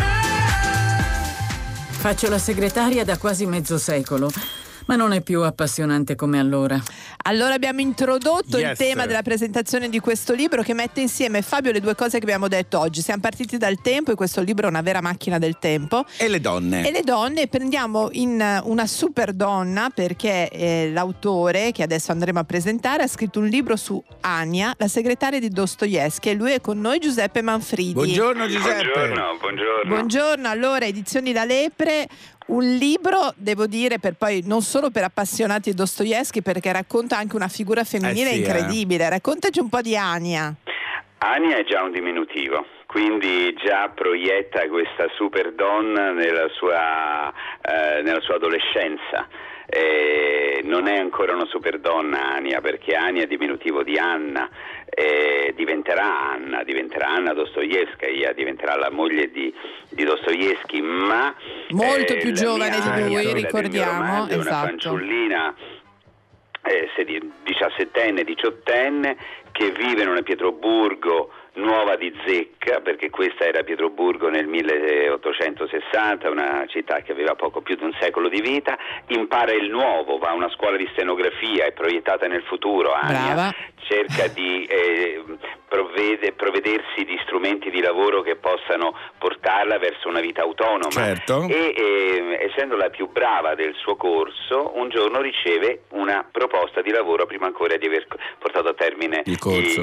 deny. Faccio la segretaria da quasi mezzo secolo, ma non è più appassionante come allora. Allora abbiamo introdotto il tema della presentazione di questo libro che mette insieme, Fabio, le due cose che abbiamo detto oggi. Siamo partiti dal tempo e questo libro è una vera macchina del tempo. E le donne. E le donne, prendiamo in una super donna perché l'autore che adesso andremo a presentare ha scritto un libro su Ania, la segretaria di Dostoevskij, e lui è con noi, Giuseppe Manfridi. Buongiorno Giuseppe. Buongiorno. Buongiorno, allora Edizioni La Lepre. Un libro, devo dire, per poi non solo per appassionati di Dostoevskij, perché racconta anche una figura femminile incredibile. Raccontaci un po' di Ania. Ania è già un diminutivo, quindi già proietta questa super donna nella sua adolescenza. Non è ancora una super donna Ania, perché Ania è diminutivo di Anna, diventerà Anna Dostoevskij, diventerà la moglie di Dostoevskij, ma molto più giovane di lui, ricordiamo, è una fanciullina 17enne, 18enne, che vive in una Pietroburgo nuova di zecca, perché questa era Pietroburgo nel 1860, una città che aveva poco più di un secolo di vita. Impara il nuovo, va a una scuola di stenografia, è proiettata nel futuro. Ania cerca di provvedersi di strumenti di lavoro che possano portarla verso una vita autonoma. Certo. E essendo la più brava del suo corso, un giorno riceve una proposta di lavoro prima ancora di aver portato a termine il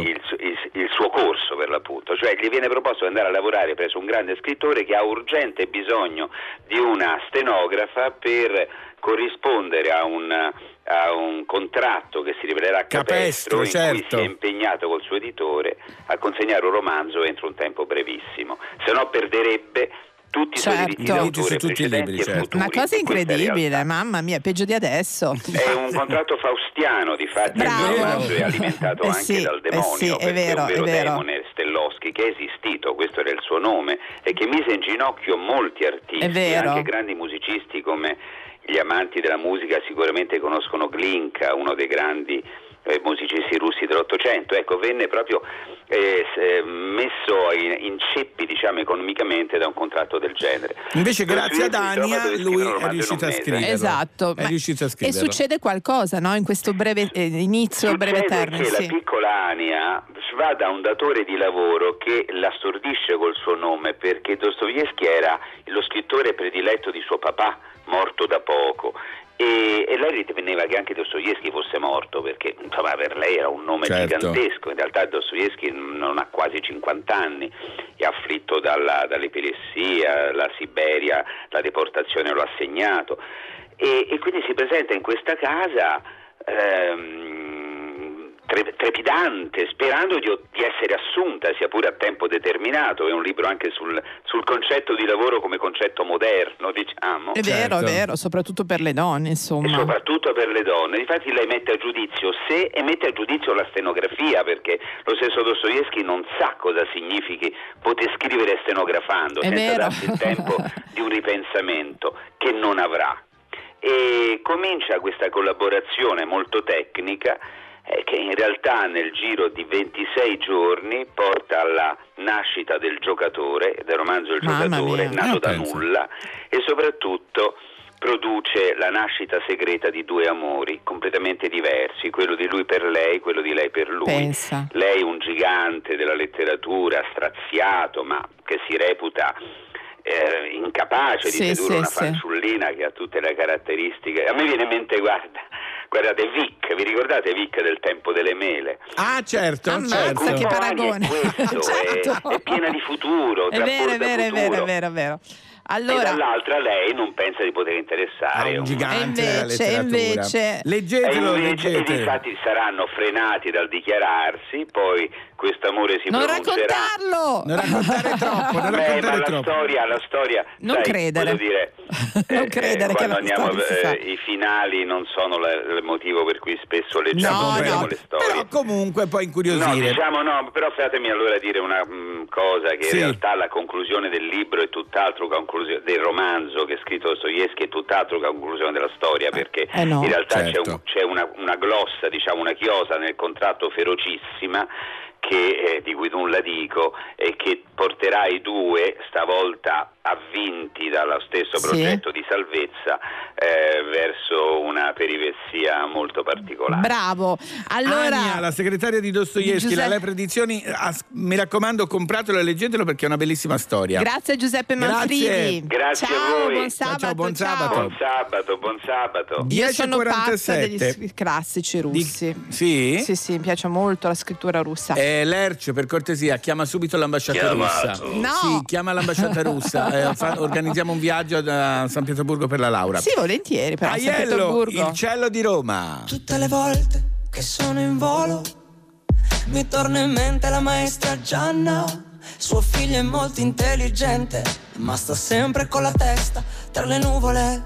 suo corso, per l'appunto. Cioè gli viene proposto di andare a lavorare presso un grande scrittore che ha urgente bisogno di una stenografa per corrispondere a un contratto che si rivelerà capestro, in cui si è impegnato col suo editore a consegnare un romanzo entro un tempo brevissimo, se no perderebbe tutti i suoi diritti di autore precedenti e futuri. Una cosa incredibile, mamma mia, peggio di adesso. È un contratto faustiano, difatti il romanzo è alimentato anche dal demonio, perché è un vero demone, Stellowski, che è esistito, questo era il suo nome, e che mise in ginocchio molti artisti, anche grandi musicisti. Come gli amanti della musica sicuramente conoscono Glinka, uno dei grandi musicisti russi dell'Ottocento. Ecco, venne proprio messo in ceppi, diciamo, economicamente da un contratto del genere. Invece grazie ad Ania lui è riuscito a scriverlo. Esatto, e succede qualcosa, no? In questo breve inizio, breve termine. Che la piccola Ania va da un datore di lavoro che la stordisce col suo nome, perché Dostoevskij era lo scrittore prediletto di suo papà, morto da poco. E lei riteneva che anche Dostoevskij fosse morto, perché insomma per lei era un nome gigantesco. In realtà Dostoevskij non ha quasi 50 anni, è afflitto dall'epilessia, la Siberia, la deportazione lo ha segnato, e quindi si presenta in questa casa trepidante, sperando di essere assunta, sia pure a tempo determinato. È un libro anche sul concetto di lavoro come concetto moderno, diciamo. È vero, soprattutto per le donne, insomma. E soprattutto per le donne. Infatti lei mette a giudizio sé e mette a giudizio la stenografia, perché lo stesso Dostoevskij non sa cosa significhi poter scrivere stenografando, senza darsi il tempo di un ripensamento che non avrà. E comincia questa collaborazione molto tecnica, che in realtà nel giro di 26 giorni porta alla nascita del giocatore, del romanzo Il giocatore, nato da nulla, e soprattutto produce la nascita segreta di due amori completamente diversi, quello di lui per lei, quello di lei per lui. Pensa. Lei un gigante della letteratura, straziato, ma che si reputa incapace di sedurre una fanciullina che ha tutte le caratteristiche. A me viene in mente, guardate Vic, vi ricordate Vic del Tempo delle Mele? Ah, certo, certo. Che paragone. Certo. È piena di futuro, è vero. Allora, e dall'altra lei non pensa di poter interessare un gigante della letteratura. Invece leggetelo. E infatti saranno frenati dal dichiararsi, poi questo amore si pronuncerà. Non raccontare troppo, la storia non sai, credere. Voglio dire, non credere quando che andiamo i finali non sono il motivo per cui spesso leggiamo le storie. Però comunque poi incuriosire. Però fatemi allora dire una cosa, che in realtà la conclusione del libro è tutt'altro del romanzo che ha scritto Dostoevskij è tutt'altro che la conclusione della storia, perché in realtà c'è una glossa, diciamo una chiosa nel contratto ferocissima di cui nulla dico, e che porterà i due, stavolta avvinti dallo stesso progetto di salvezza, verso una peripezia molto particolare. Bravo. Allora, Ania, la segretaria di Dostoevskij, le predizioni, mi raccomando, compratelo e leggetelo perché è una bellissima storia. Grazie Giuseppe Manfredi. Grazie ciao, a voi. Buon sabato. Buon sabato. Buon sabato. Io sono pazza degli classici russi. Sì? Sì, mi piace molto la scrittura russa. Lercio, per cortesia, chiama subito l'ambasciata russa. No. Sì, chiama l'ambasciata russa. Organizziamo un viaggio da San Pietroburgo per la Laura. Sì, volentieri, però. Aiello, San Pietroburgo. il cielo di Roma. Tutte le volte che sono in volo mi torna in mente la maestra Gianna. Suo figlio è molto intelligente, ma sta sempre con la testa tra le nuvole.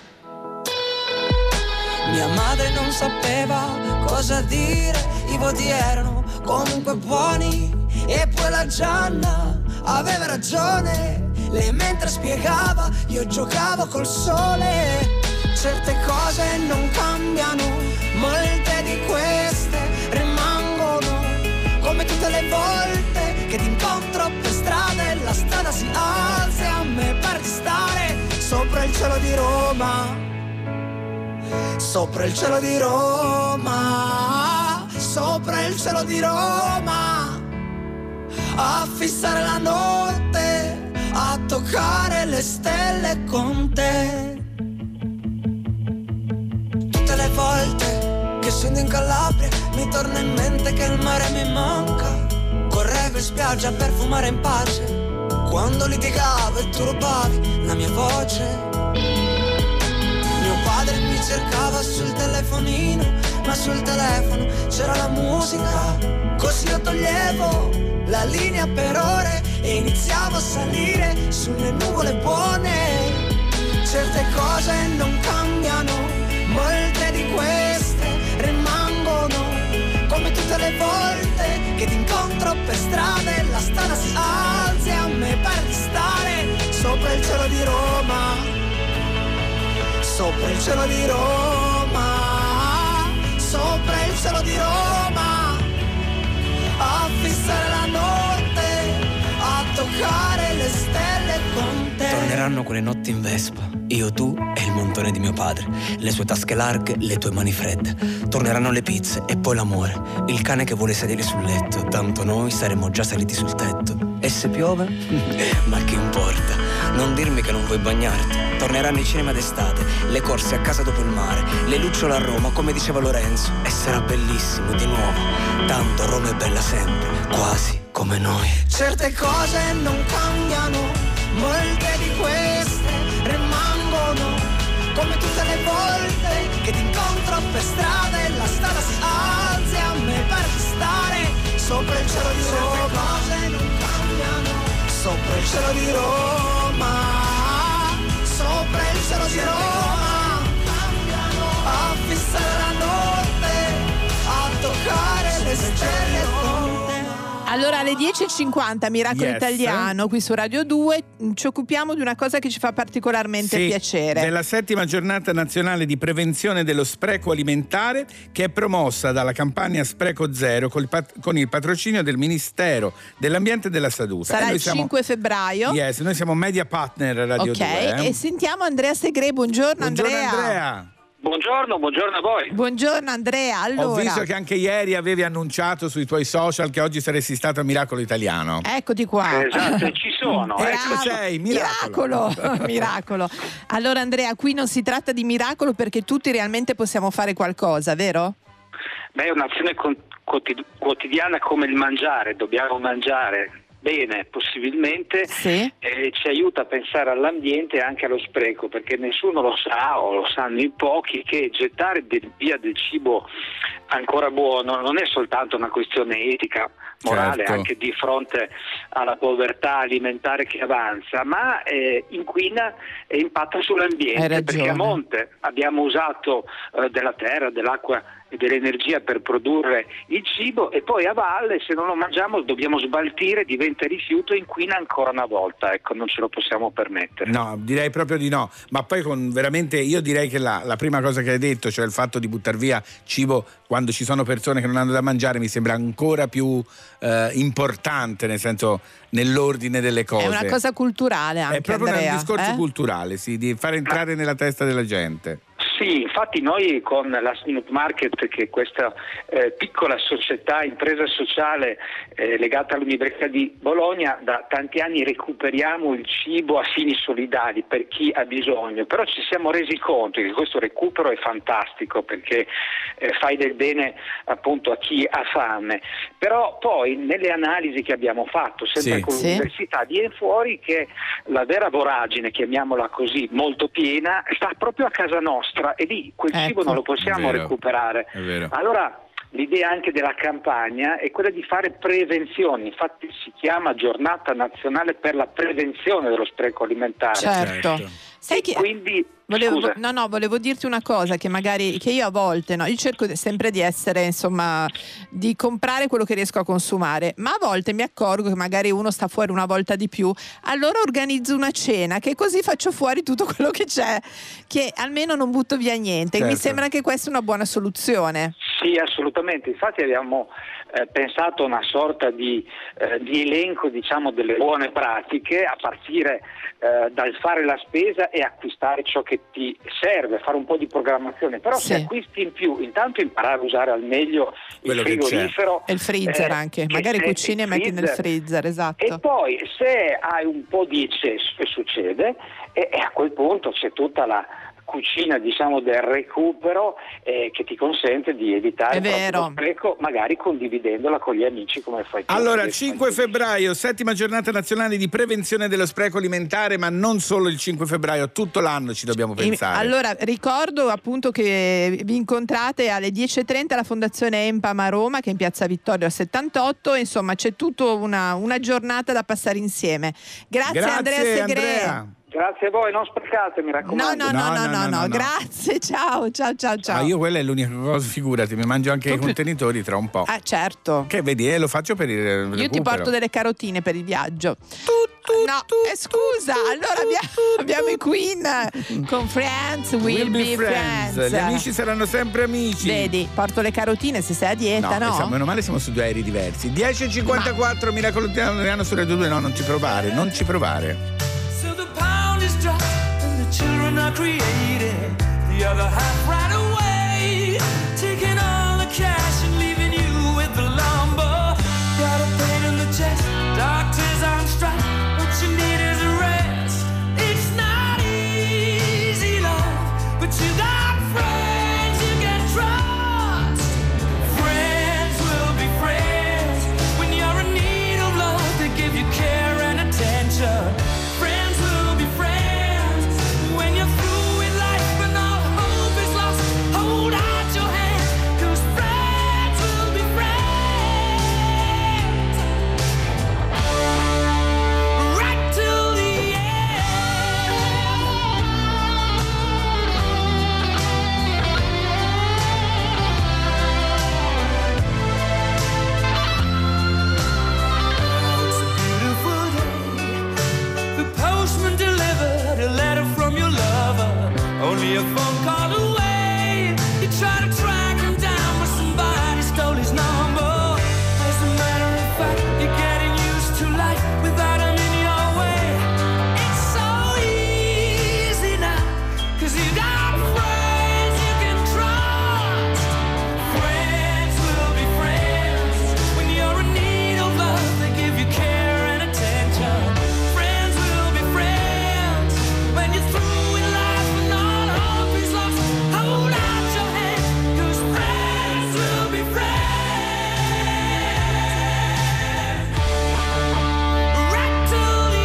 Mia madre non sapeva cosa dire, i voti erano comunque buoni. E poi la Gianna aveva ragione, lei mentre spiegava io giocavo col sole. Certe cose non cambiano, molte di queste rimangono, come tutte le volte che ti incontro per strada e la strada si alza e a me pare di stare sopra il cielo di Roma. Sopra il cielo di Roma, sopra il cielo di Roma, a fissare la notte, a toccare le stelle con te. Tutte le volte che scendo in Calabria mi torna in mente che il mare mi manca. Correvo in spiaggia per fumare in pace, quando litigavo e tu rubavi la mia voce. Mio padre mi cercava sul telefonino, ma sul telefono c'era la musica. Così io toglievo la linea per ore e iniziavo a salire sulle nuvole buone. Certe cose non cambiano, molte di queste rimangono, come tutte le volte che ti incontro per strada e la strada si alza e a me pare di stare sopra il cielo di Roma. Sopra il cielo di Roma, sopra il cielo di Roma, a fissare la notte, a toccare le stelle con te. Torneranno quelle notti in Vespa, io, tu e il montone di mio padre, le sue tasche larghe, le tue mani fredde. Torneranno le pizze e poi l'amore, il cane che vuole sedere sul letto, tanto noi saremmo già saliti sul tetto. E se piove? Ma che importa, non dirmi che non vuoi bagnarti. Torneranno i cinema d'estate, le corse a casa dopo il mare, le lucciole a Roma come diceva Lorenzo, e sarà bellissimo di nuovo, tanto Roma è bella sempre, quasi come noi. Certe cose non cambiano, molte di queste rimangono, come tutte le volte che ti incontro per strada e la strada si alza e a me pare di stare sopra il cielo di Roma. Certe cose non cambiano, sopra il cielo di Roma, sopra il cielo di Roma, a fissare la notte, a toccare le stelle con te. Allora alle 10.50 Miracolo Italiano qui su Radio 2 ci occupiamo di una cosa che ci fa particolarmente piacere. Della 7ª giornata nazionale di prevenzione dello spreco alimentare, che è promossa dalla campagna Spreco Zero con il patrocinio del Ministero dell'Ambiente e della Salute. Sarà il 5 febbraio. Yes, noi siamo media partner Radio 2. E sentiamo Andrea Segre. Buongiorno Andrea. Buongiorno a voi. Buongiorno Andrea. Allora, ho visto che anche ieri avevi annunciato sui tuoi social che oggi saresti stato a Miracolo Italiano. Eccoti qua. Esatto, ci sono. Ecco sei, Miracolo. Allora Andrea, qui non si tratta di miracolo perché tutti realmente possiamo fare qualcosa, vero? Beh, è un'azione quotidiana come il mangiare, dobbiamo mangiare bene, possibilmente, ci aiuta a pensare all'ambiente e anche allo spreco, perché nessuno lo sa, o lo sanno in pochi, che gettare via del cibo ancora buono non è soltanto una questione etica, morale, anche di fronte alla povertà alimentare che avanza, ma inquina e impatta sull'ambiente, perché a monte abbiamo usato della terra, dell'acqua e dell'energia per produrre il cibo, e poi a valle, se non lo mangiamo, dobbiamo smaltire, diventa rifiuto e inquina ancora una volta. Ecco, non ce lo possiamo permettere. No, direi proprio di no. Ma poi veramente io direi che la prima cosa che hai detto, cioè il fatto di buttar via cibo quando ci sono persone che non hanno da mangiare, mi sembra ancora più importante, nel senso, nell'ordine delle cose. È una cosa culturale anche, è proprio Andrea, un discorso culturale, di far entrare nella testa della gente. Sì, infatti noi con Last Minute Market, che è questa piccola società, impresa sociale legata all'Università di Bologna, da tanti anni recuperiamo il cibo a fini solidali per chi ha bisogno, però ci siamo resi conto che questo recupero è fantastico perché fai del bene appunto a chi ha fame, però poi nelle analisi che abbiamo fatto sempre con l'università viene fuori che la vera voragine, chiamiamola così, molto piena, sta proprio a casa nostra, e lì quel cibo non lo possiamo recuperare. Allora l'idea anche della campagna è quella di fare prevenzione, infatti si chiama Giornata Nazionale per la Prevenzione dello Spreco Alimentare. Certo. Sai che quindi volevo dirti una cosa che magari io a volte io cerco sempre di essere, insomma, di comprare quello che riesco a consumare, ma a volte mi accorgo che magari uno sta fuori una volta di più, allora organizzo una cena che così faccio fuori tutto quello che c'è, che almeno non butto via niente. Mi sembra che questa è una buona soluzione. Sì, assolutamente, infatti abbiamo pensato a una sorta di elenco, diciamo, delle buone pratiche, a partire dal fare la spesa e acquistare ciò che ti serve, fare un po' di programmazione, però se acquisti in più, intanto imparare a usare al meglio il frigorifero e il freezer anche, magari cucini e metti nel freezer, esatto. E poi se hai un po' di eccesso, che succede, e a quel punto c'è tutta la cucina, diciamo, del recupero che ti consente di evitare lo spreco, magari condividendola con gli amici come fai tu. Allora, 5 febbraio, 7ª giornata nazionale di prevenzione dello spreco alimentare, ma non solo il 5 febbraio, tutto l'anno ci dobbiamo pensare. Allora, ricordo appunto che vi incontrate alle 10.30 alla Fondazione Empam a Roma, che è in Piazza Vittorio al 78, insomma c'è tutta una giornata da passare insieme. Grazie Andrea Segre. Andrea. Grazie a voi, non sprecate, mi raccomando. No, grazie, ciao. Io quella è l'unica cosa, figurati, mi mangio anche i contenitori tra un po'. Ah, certo. Che vedi, lo faccio per il recupero. Io ti porto delle carotine per il viaggio. Scusa, allora abbiamo i Queen con Friends, Will Be Friends. Gli amici saranno sempre amici. Vedi, porto le carotine se sei a dieta, no? Meno male siamo su 2 aerei diversi. 10.54, Miracolo Italiano su Radio 2, non ci provare. Drop and the children are created, the other half right away, taking all the cash and leaving you with the lumber. Got a pain in the chest, doctors on strike, what you need is a rest. It's not easy, love, but you got friends you can trust. Friends will be friends when you're in need of love, they give you care and attention. Friends will be friends when you're through with life and all hope is lost. only a phone call away. You try to track him down, but somebody stole his number. As a matter of fact, you're getting used to life without him in your way. It's so easy now, 'cause you got friends you can trust. Friends will be friends when you're in need of love. They give you care and attention. Friends will be friends when you're through with life and all hope is lost. Hold out your hand, 'cause friends will be friends. Right till the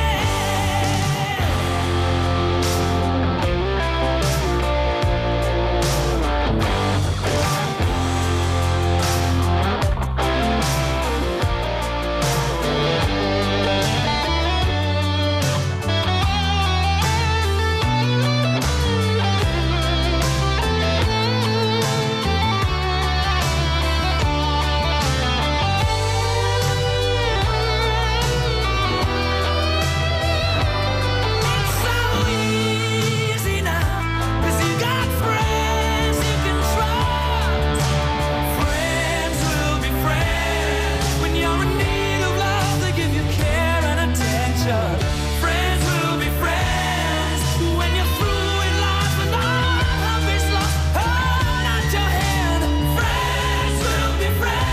easy now, 'cause you got friends you can trust. Friends will be friends when you're in need of love. They give you care and attention. Friends will be friends when you're through with life and all hope is lost. Hold out your hand. Friends will be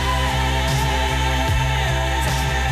friends.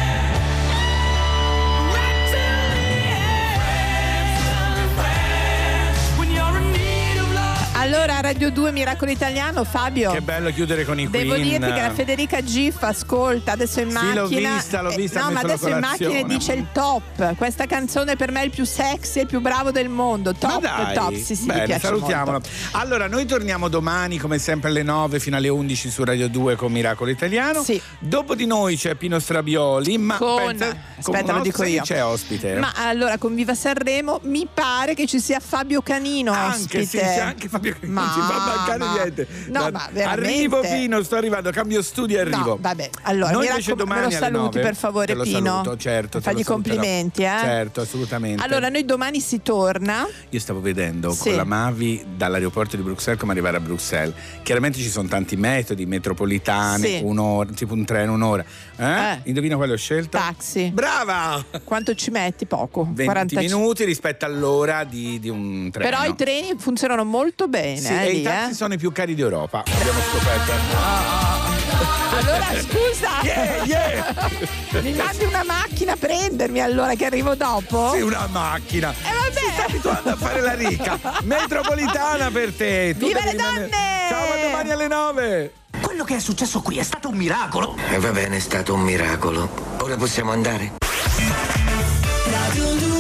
Right till the end. Friends when you're in need of love. Allora, Radio 2 Miracolo Italiano, Fabio. Che bello chiudere con i Queen. Devo dirti che la Federica Giff ascolta adesso in macchina. l'ho vista, No, ha ma messo la adesso in macchina colazione. dice il top. Questa canzone per me è il più sexy, il più bravo del mondo. Top, Dai, top. Sì, mi bene, piace salutiamola. molto. Allora, noi torniamo domani come sempre alle 9 fino alle 11 su Radio 2 con Miracolo Italiano. Sì. Dopo di noi c'è Pino Strabioli, ma Aspetta, lo dico io. C'è ospite. Ma allora con Viva Sanremo mi pare che ci sia Fabio Canino Anche ospite. sì, c'è anche Fabio Canino, non ci fa mancare niente. No, ma veramente. Arrivo Pino, sto arrivando, cambio studio e arrivo. No, vabbè. Allora, noi me invece domani lo alle saluti 9. per favore, Te lo Pino. saluto, certo. te Fagli lo saluterò. complimenti, eh? Certo, assolutamente. Allora, noi domani si torna. Io stavo vedendo Sì. con la Mavi dall'aeroporto di Bruxelles come arrivare a Bruxelles. Chiaramente ci sono tanti metodi, metropolitane, Sì. un'ora, tipo un treno, un'ora. Indovina quale ho scelto? Taxi. Brava! Quanto ci metti? Poco. 20 45. minuti rispetto all'ora di un treno. Però i treni funzionano molto bene. Sì, e lì, i taxi sono i più cari d'Europa, abbiamo scoperto. Allora scusa, Yeah. mi mandi una macchina a prendermi allora che arrivo dopo? Sì, una macchina. vabbè. Si sta abituando a fare la ricca. Metropolitana per te. Tu Viva devi le donne! Ciao, a domani alle 9. Quello che è successo qui è stato un miracolo. Va bene, è stato un miracolo. Ora possiamo andare. Radio 2